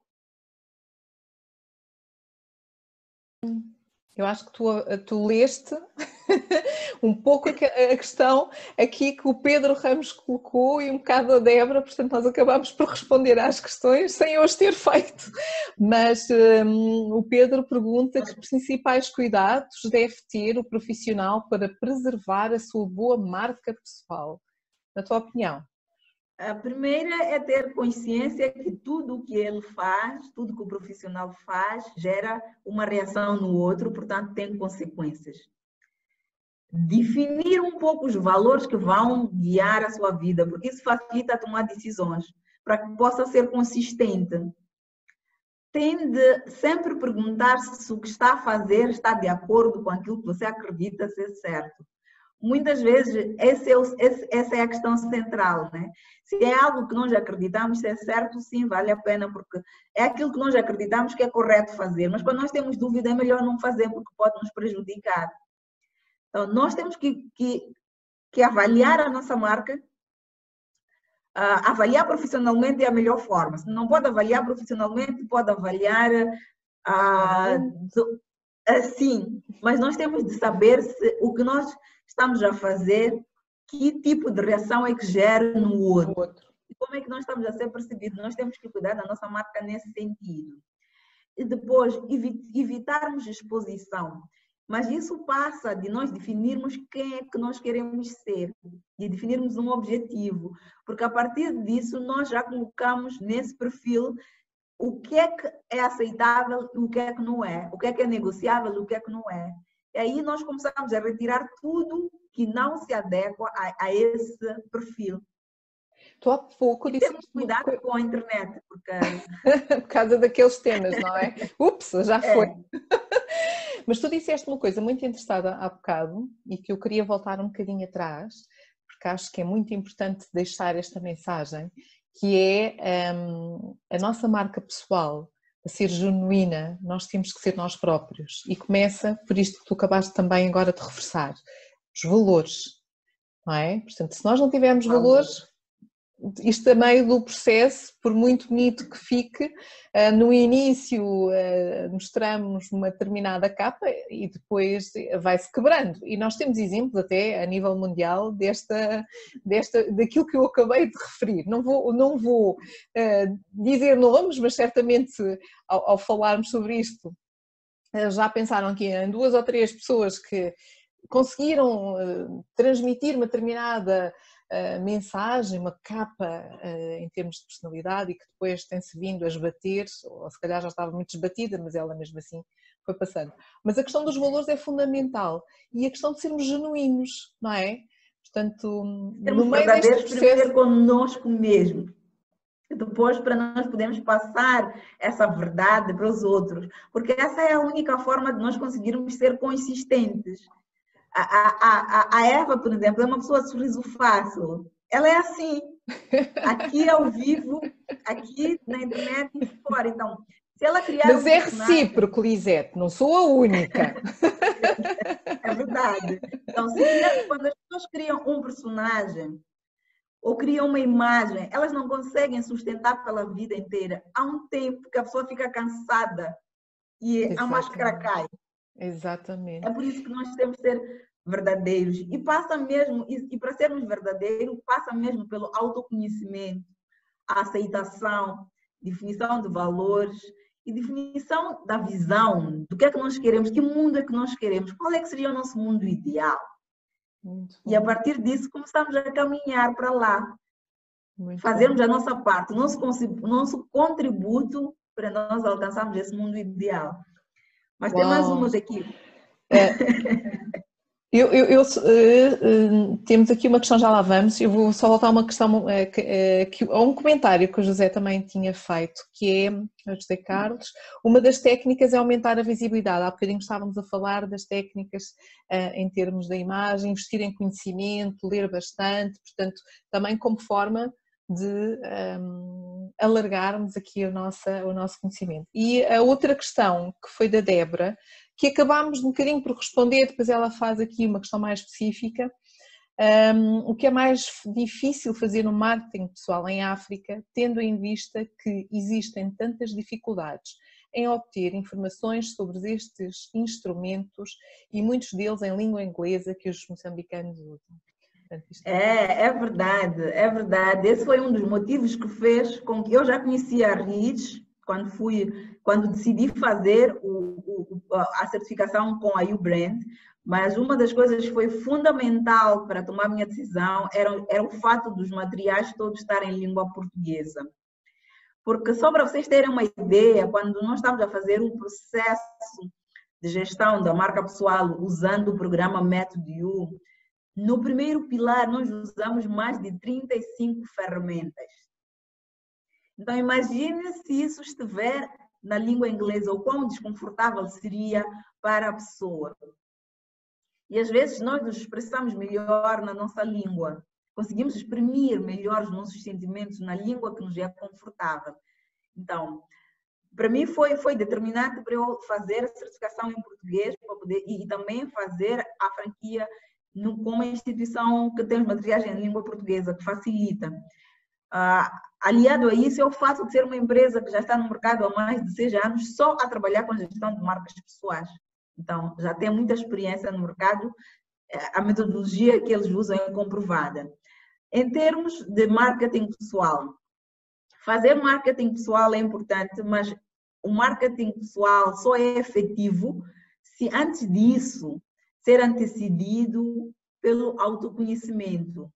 Eu acho que tu leste um pouco a questão aqui que o Pedro Ramos colocou e um bocado a Débora, portanto nós acabámos por responder às questões sem eu as ter feito. Mas o Pedro pergunta que principais cuidados deve ter o profissional para preservar a sua boa marca pessoal, na tua opinião? A primeira é ter consciência que tudo o que ele faz, tudo que o profissional faz, gera uma reação no outro, portanto tem consequências. Definir um pouco os valores que vão guiar a sua vida, porque isso facilita tomar decisões, para que possa ser consistente. Tem de sempre perguntar-se se o que está a fazer está de acordo com aquilo que você acredita ser certo. Muitas vezes essa é a questão central, né? Se é algo que nós acreditamos ser certo, sim, vale a pena, porque é aquilo que nós acreditamos que é correto fazer, mas quando nós temos dúvida é melhor não fazer, porque pode nos prejudicar. Então, nós temos que avaliar a nossa marca, avaliar profissionalmente é a melhor forma. Se não pode avaliar profissionalmente, pode avaliar assim, mas nós temos de saber se o que nós estamos a fazer, que tipo de reação é que gera no outro. E como é que nós estamos a ser percebidos? Nós temos que cuidar da nossa marca nesse sentido. E depois, evitarmos exposição. Mas isso passa de nós definirmos quem é que nós queremos ser, de definirmos um objetivo, porque a partir disso nós já colocamos nesse perfil o que é aceitável e o que é que não é, o que é negociável e o que é que não é. E aí nós começamos a retirar tudo que não se adequa a esse perfil. Tu há pouco disseste... Temos cuidado com a internet, porque... por causa daqueles temas, não é? Ups, já foi. Mas tu disseste uma coisa muito interessada há bocado e que eu queria voltar um bocadinho atrás, porque acho que é muito importante deixar esta mensagem, que é a nossa marca pessoal, a ser genuína, nós temos que ser nós próprios. E começa por isto que tu acabaste também agora de reforçar, os valores, não é? Portanto, se nós não tivermos valores, isto a meio do processo, por muito bonito que fique, no início mostramos uma determinada capa e depois vai-se quebrando. E nós temos exemplos até a nível mundial daquilo que eu acabei de referir. Não vou dizer nomes, mas certamente ao falarmos sobre isto, já pensaram aqui em 2 ou 3 pessoas que conseguiram transmitir uma determinada mensagem, uma capa em termos de personalidade e que depois tem-se vindo a esbater, ou se calhar já estava muito esbatida, mas ela mesmo assim foi passando. Mas a questão dos valores é fundamental e a questão de sermos genuínos, não é? Portanto, no meio deste processo... primeiro connosco mesmo, depois para nós podermos passar essa verdade para os outros, porque essa é a única forma de nós conseguirmos ser consistentes. A Eva, por exemplo, é uma pessoa de sorriso fácil. Ela é assim, aqui ao vivo, aqui na internet e fora. Então, se ela criar Mas é recíproco, Lisete, não sou a única. É verdade. Então, quando as pessoas criam um personagem ou criam uma imagem, elas não conseguem sustentar pela vida inteira. Há um tempo que a pessoa fica cansada e a máscara cai. Exatamente. É por isso que nós temos que ser verdadeiros. E passa mesmo, e para sermos verdadeiros, passa mesmo pelo autoconhecimento, a aceitação, definição de valores e definição da visão, do que é que nós queremos, que mundo é que nós queremos, qual é que seria o nosso mundo ideal. E a partir disso começamos a caminhar para lá. Fazermos a nossa parte, o nosso contributo para nós alcançarmos esse mundo ideal. Mas tem mais umas aqui. Temos aqui uma questão, já lá vamos. Eu vou só voltar a uma questão, a um comentário que o José também tinha feito, que é, o José Carlos, uma das técnicas é aumentar a visibilidade. Há bocadinho estávamos a falar das técnicas em termos da imagem, investir em conhecimento, ler bastante, portanto, também como forma de alargarmos aqui o nosso conhecimento. E a outra questão, que foi da Débora, que acabámos um bocadinho por responder, depois ela faz aqui uma questão mais específica. O que é mais difícil fazer no marketing pessoal em África, tendo em vista que existem tantas dificuldades em obter informações sobre estes instrumentos e muitos deles em língua inglesa que os moçambicanos usam? É verdade, é verdade. Esse foi um dos motivos que fez com que eu já conhecia a RIS quando decidi fazer a certificação com a uBrand, mas uma das coisas que foi fundamental para tomar a minha decisão era o fato dos materiais todos estarem em língua portuguesa. Porque só para vocês terem uma ideia, quando nós estamos a fazer um processo de gestão da marca pessoal usando o programa Método, no primeiro pilar nós usamos mais de 35 ferramentas. Então, imagine se isso estiver na língua inglesa, o quão desconfortável seria para a pessoa. E às vezes nós nos expressamos melhor na nossa língua, conseguimos exprimir melhor os nossos sentimentos na língua que nos é confortável. Então, para mim foi determinante para eu fazer a certificação em português para poder, e também fazer a franquia com uma instituição que tem os materiais em língua portuguesa, que facilita. Aliado a isso, é o fato de ser uma empresa que já está no mercado há mais de 6 anos só a trabalhar com a gestão de marcas pessoais. Então, já tem muita experiência no mercado, a metodologia que eles usam é comprovada. Em termos de marketing pessoal, fazer marketing pessoal é importante, mas o marketing pessoal só é efetivo se antes disso ser antecedido pelo autoconhecimento.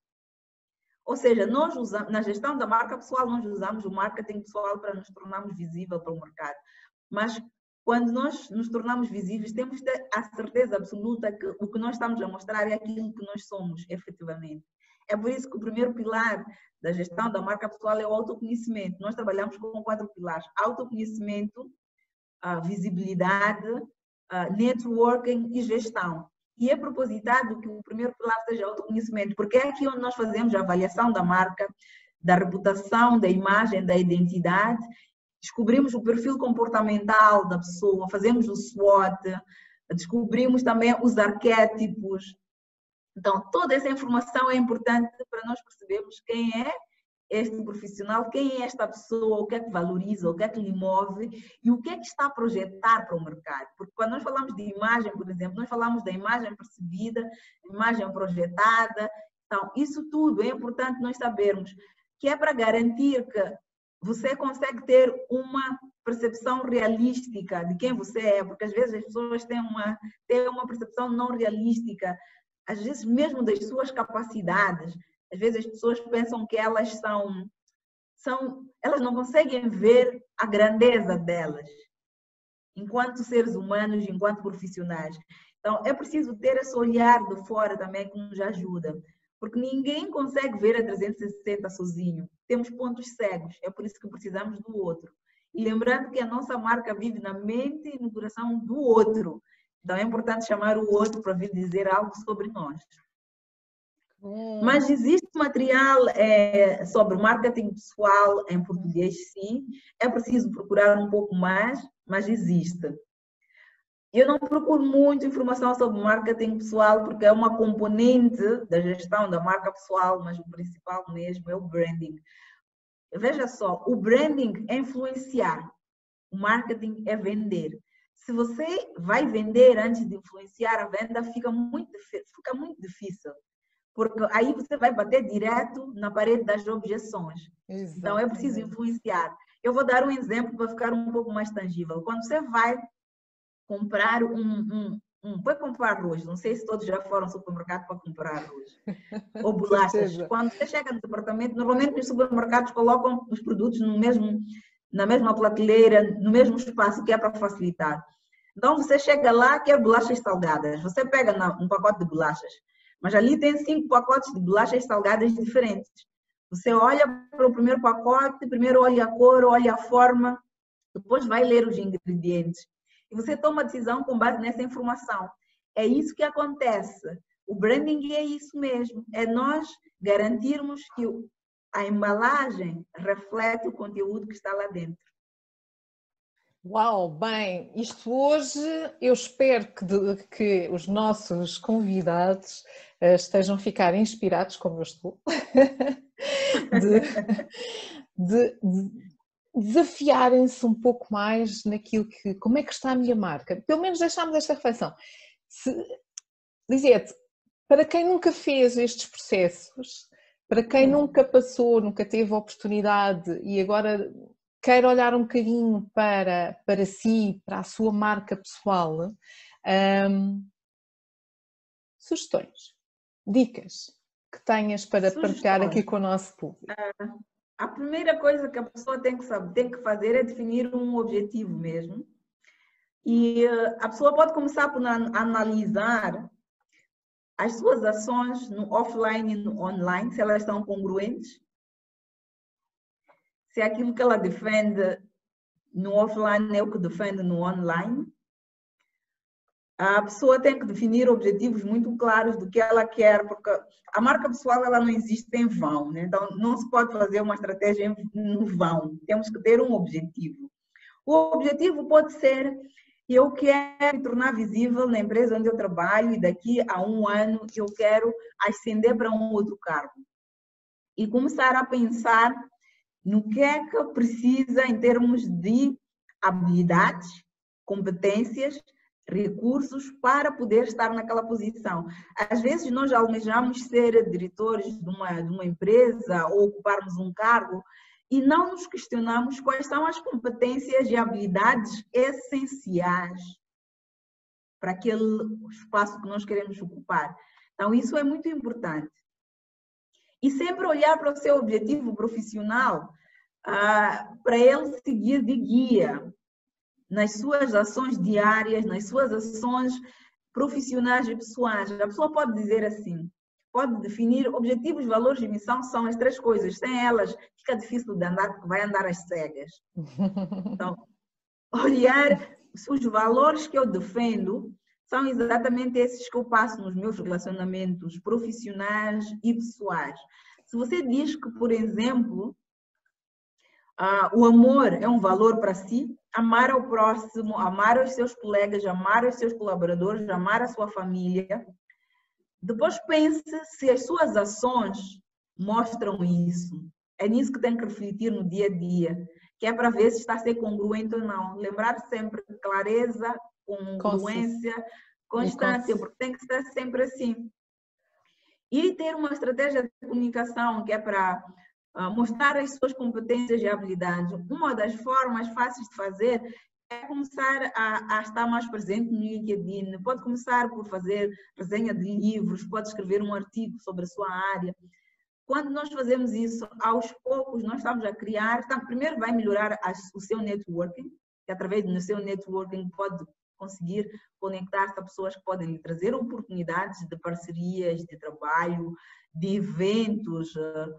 Ou seja, nós usamos, na gestão da marca pessoal, nós usamos o marketing pessoal para nos tornarmos visíveis para o mercado. Mas quando nós nos tornamos visíveis, temos a certeza absoluta que o que nós estamos a mostrar é aquilo que nós somos, efetivamente. É por isso que o primeiro pilar da gestão da marca pessoal é o autoconhecimento. Nós trabalhamos com 4 pilares: autoconhecimento, visibilidade, networking e gestão. E é propositado que o primeiro pilar seja autoconhecimento, porque é aqui onde nós fazemos a avaliação da marca, da reputação, da imagem, da identidade, descobrimos o perfil comportamental da pessoa, fazemos o SWOT, descobrimos também os arquétipos. Então, toda essa informação é importante para nós percebermos quem é este profissional, quem é esta pessoa, o que é que valoriza, o que é que lhe move e o que é que está a projetar para o mercado. Porque quando nós falamos de imagem, por exemplo, nós falamos da imagem percebida, imagem projetada. Então, isso tudo é importante nós sabermos, que é para garantir que você consegue ter uma percepção realística de quem você é, porque às vezes as pessoas têm uma percepção não realística, às vezes mesmo das suas capacidades. Às vezes as pessoas pensam que elas elas não conseguem ver a grandeza delas, enquanto seres humanos, enquanto profissionais. Então, é preciso ter esse olhar de fora também que nos ajuda, porque ninguém consegue ver a 360 sozinho. Temos pontos cegos, é por isso que precisamos do outro. E lembrando que a nossa marca vive na mente e no coração do outro. Então, é importante chamar o outro para vir dizer algo sobre nós. Mas existe material sobre marketing pessoal em português, sim. É preciso procurar um pouco mais, mas existe. Eu não procuro muito informação sobre marketing pessoal porque é uma componente da gestão da marca pessoal, mas o principal mesmo é o branding. Veja só, o branding é influenciar, o marketing é vender. Se você vai vender antes de influenciar a venda, fica muito difícil. Porque aí você vai bater direto na parede das objeções. Exatamente. Então, é preciso influenciar. Eu vou dar um exemplo para ficar um pouco mais tangível. Quando você vai comprar vai comprar arroz, não sei se todos já foram ao supermercado para comprar arroz, ou bolachas. Quando você chega no departamento, normalmente os supermercados colocam os produtos na mesma prateleira, no mesmo espaço, que é para facilitar. Então você chega lá, quer bolachas salgadas. Você pega um pacote de bolachas, mas ali tem 5 pacotes de bolachas salgadas diferentes. Você olha para o primeiro pacote, primeiro olha a cor, olha a forma, depois vai ler os ingredientes. E você toma a decisão com base nessa informação. É isso que acontece. O branding é isso mesmo. É nós garantirmos que a embalagem reflete o conteúdo que está lá dentro. Uau, bem, isto hoje eu espero que os nossos convidados estejam a ficar inspirados, como eu estou, de desafiarem-se um pouco mais naquilo que, como é que está a minha marca? Pelo menos deixámos esta reflexão. Lisete, para quem nunca fez estes processos, para quem nunca passou, nunca teve a oportunidade e agora queira olhar um bocadinho para si, para a sua marca pessoal, sugestões, dicas que tenhas para partilhar aqui com o nosso público? A primeira coisa que a pessoa tem que fazer é definir um objetivo mesmo. E a pessoa pode começar por analisar as suas ações no offline e no online, se elas estão congruentes. Se aquilo que ela defende no offline é o que defende no online. A pessoa tem que definir objetivos muito claros do que ela quer, porque a marca pessoal ela não existe em vão, né? Então não se pode fazer uma estratégia no vão, temos que ter um objetivo. O objetivo pode ser: eu quero me tornar visível na empresa onde eu trabalho e daqui a 1 ano eu quero ascender para um outro cargo. E começar a pensar no que é que precisa em termos de habilidades, competências, recursos para poder estar naquela posição. Às vezes nós almejamos ser diretores de uma empresa ou ocuparmos um cargo e não nos questionamos quais são as competências e habilidades essenciais para aquele espaço que nós queremos ocupar. Então isso é muito importante. E sempre olhar para o seu objetivo profissional, para ele seguir de guia nas suas ações diárias, nas suas ações profissionais e pessoais. A pessoa pode dizer assim, pode definir objetivos, valores e missão, são as 3 coisas. Sem elas, fica difícil de andar, porque vai andar às cegas. Então, olhar se os valores que eu defendo são exatamente esses que eu passo nos meus relacionamentos profissionais e pessoais. Se você diz que, por exemplo, o amor é um valor para si, amar ao próximo, amar os seus colegas, amar os seus colaboradores, amar a sua família. Depois pense se as suas ações mostram isso. É nisso que tem que refletir no dia a dia, que é para ver se está a ser congruente ou não. Lembrar sempre de clareza, congruência, constância, porque tem que ser sempre assim. E ter uma estratégia de comunicação que é para mostrar as suas competências e habilidades. Uma das formas fáceis de fazer é começar a estar mais presente no LinkedIn. Pode começar por fazer resenha de livros, pode escrever um artigo sobre a sua área. Quando nós fazemos isso, aos poucos, nós estamos a criar... primeiro vai melhorar o seu networking, que através do seu networking pode conseguir conectar-se a pessoas que podem lhe trazer oportunidades de parcerias, de trabalho, de eventos,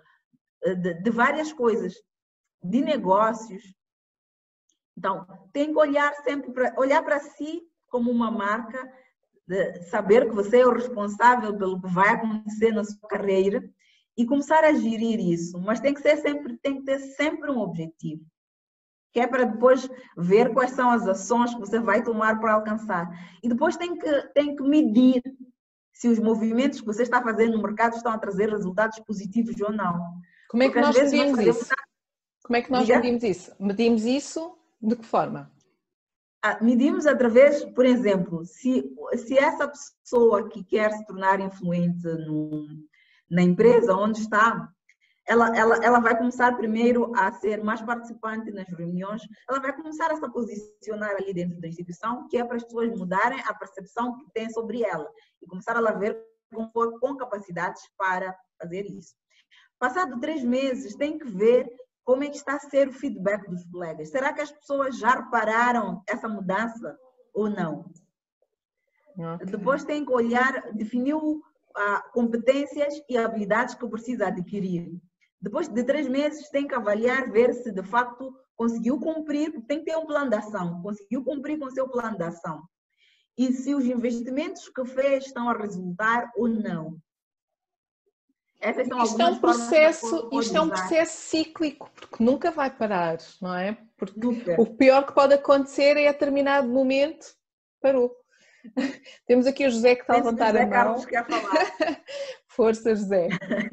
de várias coisas, de negócios. Então, tem que olhar sempre olhar para si como uma marca, saber que você é o responsável pelo que vai acontecer na sua carreira e começar a gerir isso. Mas tem que ter sempre um objetivo, que é para depois ver quais são as ações que você vai tomar para alcançar. E depois tem que medir se os movimentos que você está fazendo no mercado estão a trazer resultados positivos ou não. Como é que nós medimos isso? Como é que nós medimos isso? Medimos isso de que forma? Medimos através, por exemplo, se essa pessoa que quer se tornar influente na empresa onde está, ela vai começar primeiro a ser mais participante nas reuniões, ela vai começar a se posicionar ali dentro da instituição, que é para as pessoas mudarem a percepção que têm sobre ela e começar a ver com capacidades para fazer isso. Passado 3 meses, tem que ver como é que está a ser o feedback dos colegas. Será que as pessoas já repararam essa mudança ou não. Ok. Depois tem que olhar, definiu competências e habilidades que precisa adquirir. Depois de 3 meses tem que avaliar, ver se de facto conseguiu cumprir, porque tem que ter um plano de ação, conseguiu cumprir com o seu plano de ação. E se os investimentos que fez estão a resultar ou não. Essas são algumas formas que Isto é um usar. processo cíclico, porque nunca vai parar, não é? Porque Nunca. o pior que pode acontecer é a determinado momento, parou. Temos aqui o José que está a levantar a José mão. Carlos quer falar. Força, José.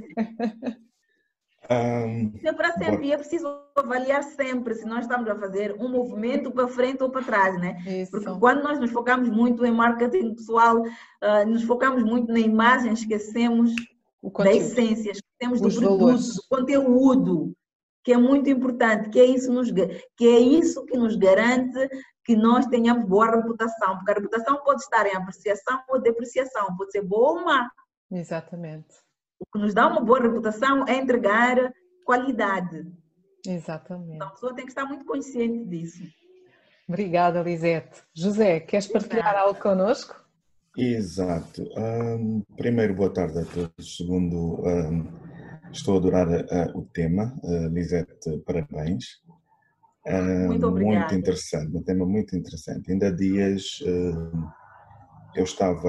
Para sempre, e é preciso avaliar sempre se nós estamos a fazer um movimento para frente ou para trás, né? Isso. Porque quando nós nos focamos muito em marketing pessoal, nos focamos muito na imagem, esquecemos da essência, esquecemos do produto, valores. do conteúdo, que é muito importante, que é isso que nos garante que nós tenhamos boa reputação, porque a reputação pode estar em apreciação ou depreciação, pode ser boa ou má. Exatamente. O que nos dá uma boa reputação é entregar qualidade. Exatamente. Então a pessoa tem que estar muito consciente disso. Obrigada, Lisete. José, queres partilhar algo connosco? Exato. Primeiro, boa tarde a todos. Segundo, estou a adorar o tema. Lisete, parabéns. Muito obrigada. Muito interessante, um tema muito interessante. Ainda há dias eu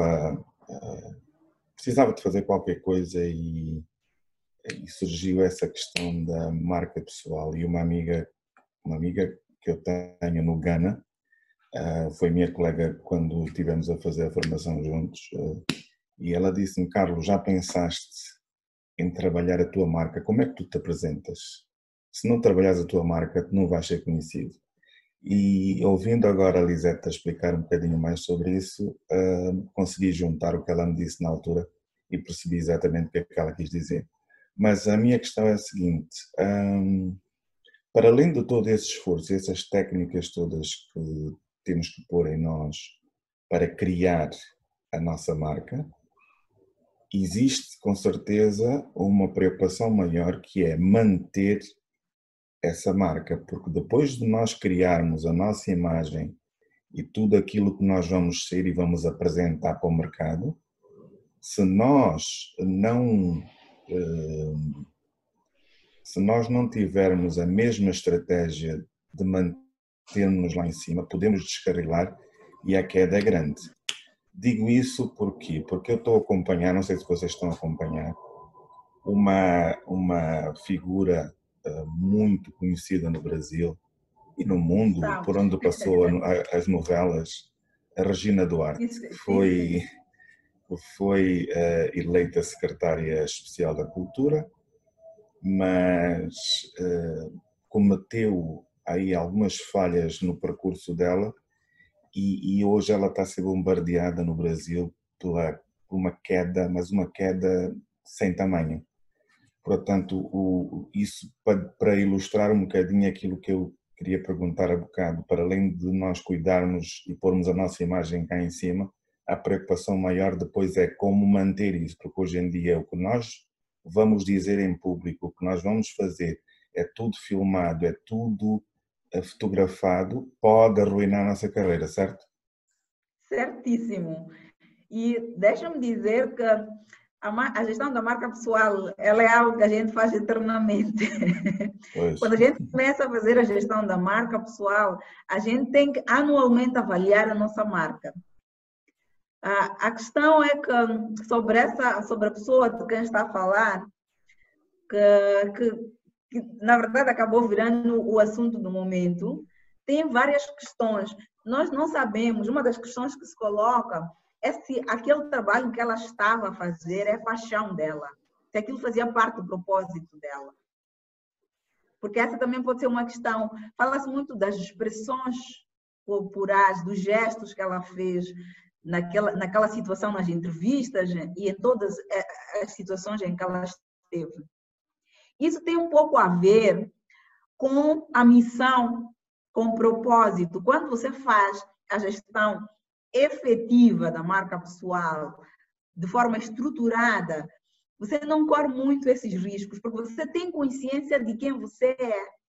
precisava de fazer qualquer coisa e surgiu essa questão da marca pessoal e uma amiga que eu tenho no Ghana, foi minha colega quando estivemos a fazer a formação juntos, e ela disse-me: Carlos, já pensaste em trabalhar a tua marca? Como é que tu te apresentas? Se não trabalhares a tua marca, tu não vais ser conhecido. E ouvindo agora a Lisete explicar um bocadinho mais sobre isso, consegui juntar o que ela me disse na altura e percebi exatamente o que é que ela quis dizer. Mas a minha questão é a seguinte: para além de todo esse esforço, essas técnicas todas que temos que pôr em nós para criar a nossa marca, existe com certeza uma preocupação maior, que é manter essa marca, porque depois de nós criarmos a nossa imagem e tudo aquilo que nós vamos ser e vamos apresentar para o mercado, se nós não tivermos a mesma estratégia de manter-nos lá em cima, podemos descarrilar e a queda é grande. Digo isso porque eu estou a acompanhar, não sei se vocês estão a acompanhar, uma figura muito conhecida no Brasil e no mundo, por onde passou as novelas, a Regina Duarte, que foi eleita secretária especial da Cultura, mas cometeu aí algumas falhas no percurso dela e hoje ela está a ser bombardeada no Brasil por uma queda, mas uma queda sem tamanho. Portanto, isso para ilustrar um bocadinho aquilo que eu queria perguntar há bocado, para além de nós cuidarmos e pormos a nossa imagem cá em cima, a preocupação maior depois é como manter isso, porque hoje em dia o que nós vamos dizer em público, o que nós vamos fazer, é tudo filmado, é tudo fotografado, pode arruinar a nossa carreira, certo? Certíssimo. E deixa-me dizer que a gestão da marca pessoal, ela é algo que a gente faz eternamente. Pois. Quando a gente começa a fazer a gestão da marca pessoal, a gente tem que anualmente avaliar a nossa marca. A questão é que sobre a pessoa de quem está a falar, que na verdade acabou virando o assunto do momento, tem várias questões. Nós não sabemos, uma das questões que se coloca é se aquele trabalho que ela estava a fazer é a paixão dela, se aquilo fazia parte do propósito dela. Porque essa também pode ser uma questão. Fala-se muito das expressões corporais, dos gestos que ela fez naquela situação, nas entrevistas e em todas as situações em que ela esteve. Isso tem um pouco a ver com a missão, com o propósito. Quando você faz a gestão efetiva da marca pessoal, de forma estruturada, você não corre muito esses riscos, porque você tem consciência de quem você é.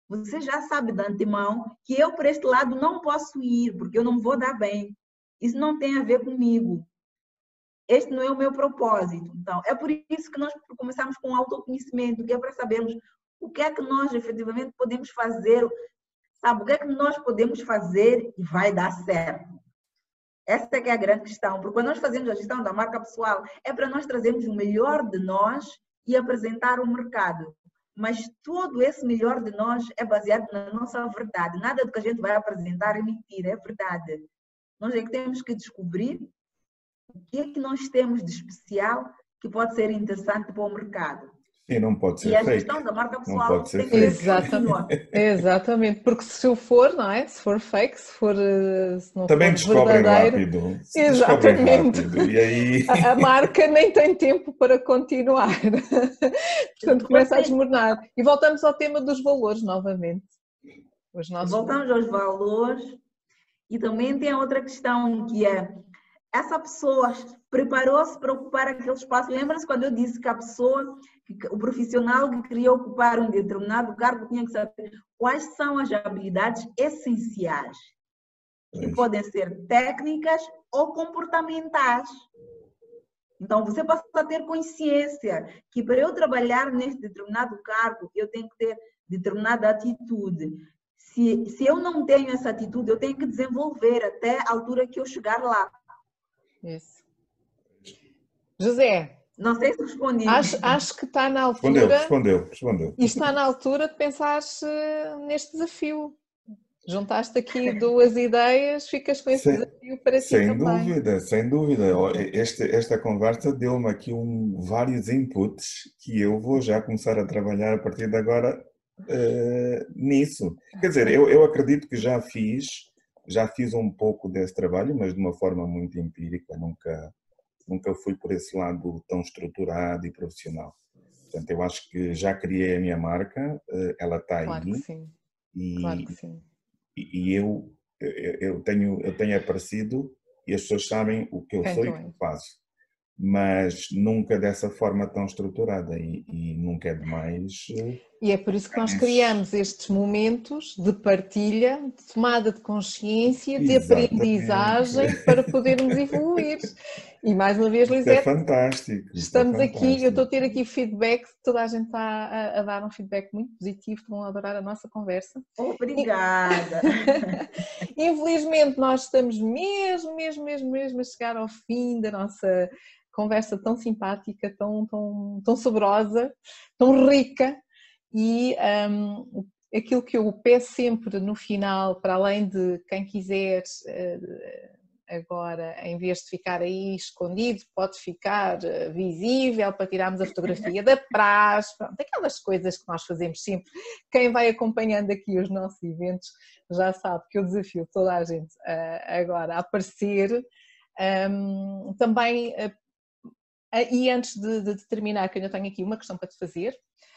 você já sabe de antemão que eu, por este lado, não posso ir, porque eu não vou dar bem. Isso não tem a ver comigo. Este não é o meu propósito. Então, é por isso que nós começamos com o autoconhecimento, que é para sabermos o que é que nós efetivamente podemos fazer, sabe? O que é que nós podemos fazer e vai dar certo. Essa é que é a grande questão, porque quando nós fazemos a gestão da marca pessoal, é para nós trazermos o melhor de nós e apresentar o mercado. Mas todo esse melhor de nós é baseado na nossa verdade. Nada do que a gente vai apresentar é mentira, é verdade. Nós é que temos que descobrir o que é que nós temos de especial que pode ser interessante para o mercado. E não pode ser E a fake. gestão da marca Não pessoal pode ser tem que ser fake. contínua. Exatamente, porque se eu for, não é? Se for fake, se não Também for descobrem verdadeiro, rápido. Descobrem exatamente. rápido. E aí... A marca nem tem tempo para continuar. Portanto, começa a desmoronar. E voltamos ao tema dos valores novamente. Os nossos Voltamos aos valores. E também tem a outra questão, que é essa pessoa preparou-se para ocupar aquele espaço. Lembra-se quando eu disse que a pessoa, o profissional que queria ocupar um determinado cargo tinha que saber quais são as habilidades essenciais, que podem ser técnicas ou comportamentais. Então, você passa a ter consciência que para eu trabalhar neste determinado cargo, eu tenho que ter determinada atitude. Se eu não tenho essa atitude, eu tenho que desenvolver até a altura que eu chegar lá. Isso. José, não sei se respondi. Acho que está na altura. Respondeu. E está na altura de pensar neste desafio. Juntaste aqui duas ideias, ficas com esse desafio para ti também. Sem dúvida. Esta conversa deu-me aqui vários inputs que eu vou já começar a trabalhar a partir de agora nisso. Quer dizer, eu acredito que já fiz um pouco desse trabalho, mas de uma forma muito empírica, nunca fui por esse lado tão estruturado e profissional. Portanto, eu acho que já criei a minha marca, ela está claro aí. Que sim. Claro que sim. E eu tenho aparecido e as pessoas sabem o que eu sou e o que eu faço. Mas nunca dessa forma tão estruturada e nunca é demais. E é por isso que nós criamos estes momentos de partilha, de tomada de consciência, de aprendizagem para podermos evoluir. E mais uma vez, Lisete, é fantástico. Estamos aqui, eu estou a ter aqui feedback, toda a gente está a dar um feedback muito positivo, estão a adorar a nossa conversa. Obrigada! Infelizmente nós estamos mesmo a chegar ao fim da nossa conversa tão simpática, tão saborosa, tão rica. E aquilo que eu peço sempre no final, para além de quem quiser agora, em vez de ficar aí escondido, pode ficar visível para tirarmos a fotografia da praxe, pronto, aquelas coisas que nós fazemos sempre. Quem vai acompanhando aqui os nossos eventos já sabe que eu desafio toda a gente agora a aparecer. Também, e antes de terminar, que eu ainda tenho aqui uma questão para te fazer,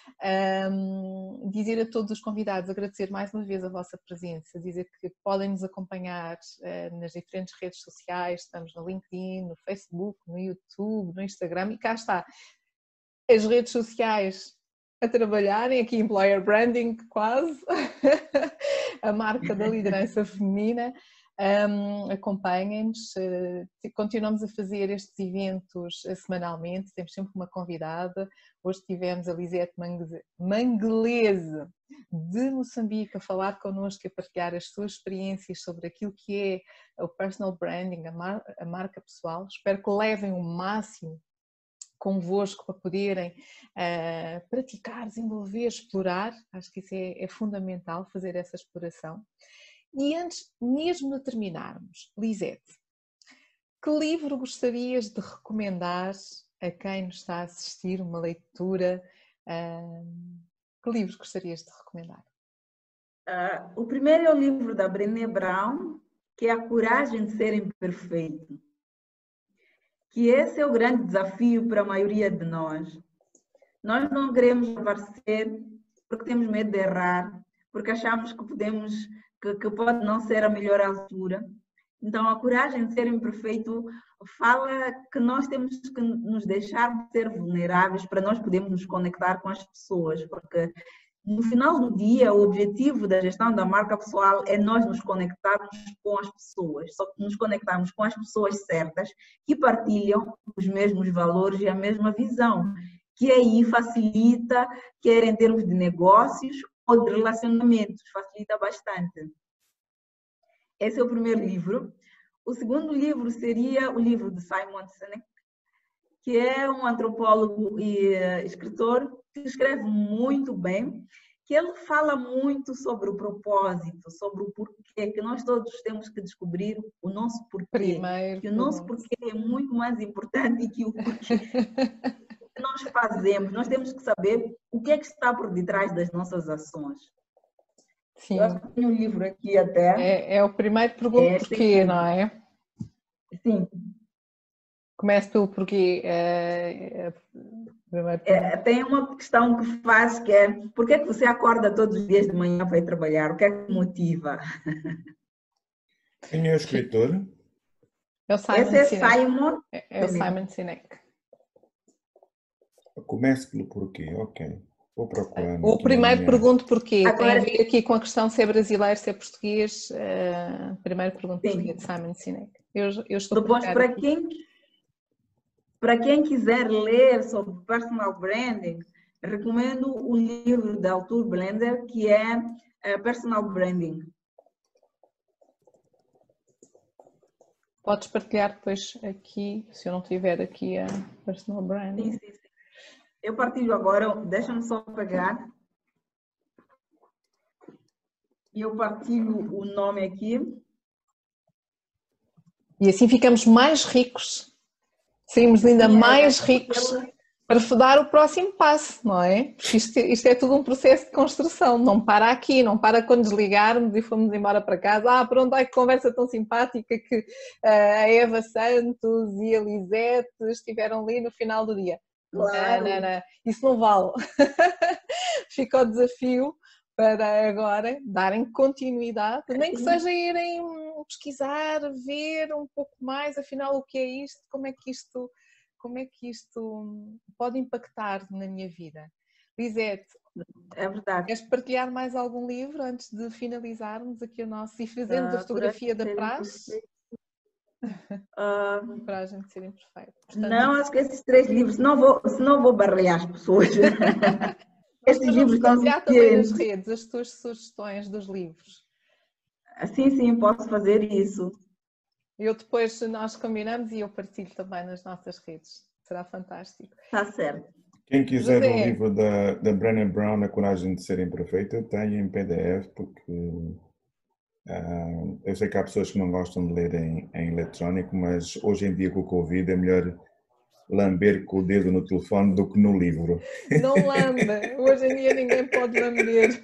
dizer a todos os convidados, agradecer mais uma vez a vossa presença, dizer que podem nos acompanhar nas diferentes redes sociais, estamos no LinkedIn, no Facebook, no YouTube, no Instagram, e cá está, as redes sociais a trabalharem, aqui Employer Branding quase, a marca da liderança feminina. Acompanhem-nos, continuamos a fazer estes eventos semanalmente, temos sempre uma convidada. Hoje tivemos a Lisete Manglese de Moçambique a falar connosco, a partilhar as suas experiências sobre aquilo que é o personal branding, a marca pessoal. Espero que levem o máximo convosco para poderem praticar, desenvolver, explorar. Acho que isso é fundamental, fazer essa exploração. E antes mesmo de terminarmos, Lisete, que livro gostarias de recomendar a quem nos está a assistir, uma leitura? Que livros gostarias de recomendar? O primeiro é o livro da Brené Brown, que é A Coragem de Ser Imperfeito. Que esse é o grande desafio para a maioria de nós. Nós não queremos aparecer porque temos medo de errar, porque achamos que que pode não ser a melhor altura. Então, a coragem de ser imperfeito fala que nós temos que nos deixar de ser vulneráveis para nós podermos nos conectar com as pessoas, porque No final do dia, o objetivo da gestão da marca pessoal é nós nos conectarmos com as pessoas, só que nos conectarmos com as pessoas certas que partilham os mesmos valores e a mesma visão, que aí facilita, quer em termos de negócios ou de relacionamentos, facilita bastante. Esse é o primeiro livro. O segundo livro seria o livro de Simon Sinek, que é um antropólogo e escritor que escreve muito bem, que ele fala muito sobre o propósito, sobre o porquê, que nós todos temos que descobrir o nosso porquê. Primeiro, que o nosso porquê é muito mais importante que o porquê que nós fazemos. Nós temos que saber o que é que está por detrás das nossas ações. Sim. Eu tenho um livro aqui até. É o primeiro pergunta porquê, não é? Sim. Começo pelo porquê. Tem uma questão que faz que é: por que você acorda todos os dias de manhã para ir trabalhar? O que é que motiva? Quem é o escritor? É o Simon Esse é Sinek. Simon. É o Simon Sinek. Comece pelo porquê, ok. Vou procurar. O primeiro pergunto porquê. Agora, tem a ver aqui com a questão de ser brasileiro, ser português. Primeiro pergunto porquê de Simon Sinek. Eu estou depois, para quem quiser ler sobre personal branding, recomendo o livro da Arthur Blender, que é Personal Branding. Podes partilhar depois aqui, se eu não tiver aqui a Personal Branding. Sim. Eu partilho agora, deixa-me só pegar. E eu partilho o nome aqui. E assim ficamos mais ricos. Saímos ainda mais ricos para dar o próximo passo, não é? Porque isto é tudo um processo de construção. Não para aqui, não para quando desligarmos e fomos embora para casa. Pronto, ai que conversa tão simpática que a Eva Santos e a Lisete estiveram ali no final do dia. Claro. Não. Isso não vale. Fica o desafio para agora darem continuidade, nem que seja irem pesquisar, ver um pouco mais, afinal o que é isto, como é que isto pode impactar na minha vida. Lisete, é verdade. Queres partilhar mais algum livro antes de finalizarmos aqui o nosso e fazermos a fotografia da praxe? Coragem de ser imperfeito. Portanto, não, acho que esses 3 livros, senão vou barrear as pessoas. Estes livros estão também nas redes, as tuas sugestões dos livros. Sim, posso fazer isso. Depois nós combinamos e eu partilho também nas nossas redes. Será fantástico. Está certo. Quem quiser o livro da Brené Brown, A Coragem de Ser Imperfeito, eu tenho em PDF, porque eu sei que há pessoas que não gostam de ler em eletrónico, mas hoje em dia com o Covid é melhor lamber com o dedo no telefone do que no livro. Não lambe, hoje em dia ninguém pode lamber.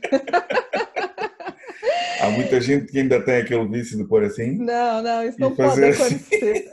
Há muita gente que ainda tem aquele vício de pôr assim. Não, isso não pode acontecer.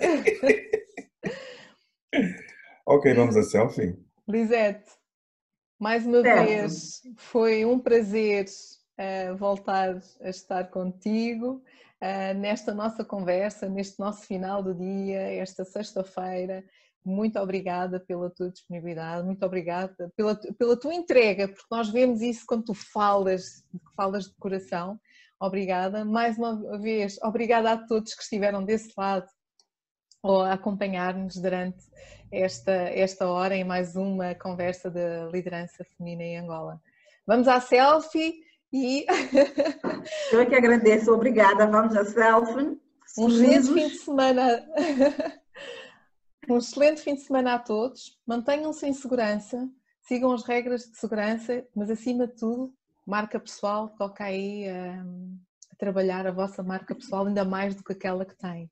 Ok, vamos a selfie. Lisete, mais uma vez foi um prazer voltar a estar contigo nesta nossa conversa, neste nosso final do dia, esta sexta-feira. Muito obrigada pela tua disponibilidade, muito obrigada pela tua entrega, porque nós vemos isso quando tu falas de coração. Obrigada. Mais uma vez, obrigada a todos que estiveram desse lado ou a acompanhar-nos durante esta hora em mais uma conversa de liderança feminina em Angola. Vamos à selfie e... Eu é que agradeço, obrigada. Vamos à selfie. Um excelente fim de semana. Um excelente fim de semana a todos. Mantenham-se em segurança, sigam as regras de segurança, mas acima de tudo, marca pessoal, toca aí a trabalhar a vossa marca pessoal ainda mais do que aquela que tem.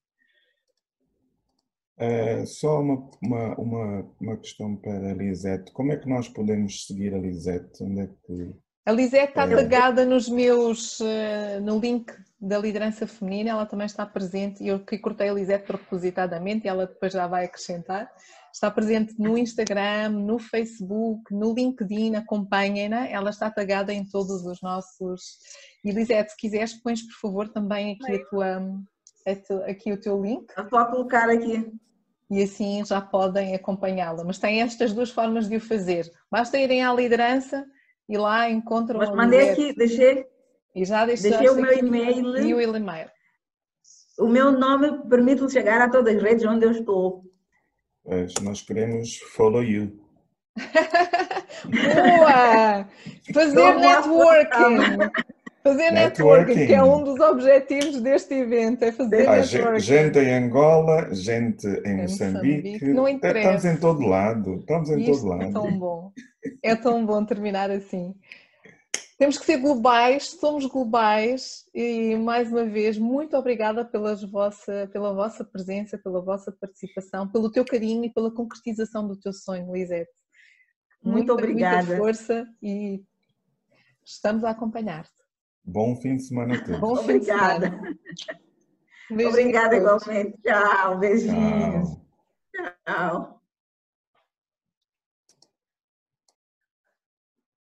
Só uma questão para a Lisete. Como é que nós podemos seguir a Lisete? Onde é que... A Lisete está tagada no link da liderança feminina, ela também está presente, e eu que cortei a Lisete propositadamente e ela depois já vai acrescentar. Está presente no Instagram, no Facebook, no LinkedIn, acompanhem-na, ela está tagada em todos os nossos... E Lisete, se quiseres, pões por favor também aqui o teu link. É só colocar aqui. E assim já podem acompanhá-la. Mas tem estas duas formas de o fazer. Basta irem à liderança, e lá encontram Mas a mandei Lisete. aqui, deixei E já deixei o meu aqui e-mail. e o e-mail. O meu nome permite chegar a todas as redes onde eu estou. Mas nós queremos follow you. Boa! Fazer Dou uma networking. Fazer networking, que é um Networking. dos objetivos deste evento, é fazer networking. Gente em Angola, gente em Em Moçambique. não Estamos em interessa. todo lado. Estamos em todo Isto é lado. tão bom. É tão bom terminar assim. Temos que ser globais, somos globais e, mais uma vez, muito obrigada pela vossa presença, pela vossa participação, pelo teu carinho e pela concretização do teu sonho, Lisete. Muito Muita obrigada. força e estamos a acompanhar-te. Bom fim de semana a todos. Bom fim de Obrigada. semana. Beijinhos Obrigada a todos. igualmente. Tchau, beijinhos. Tchau. Tchau.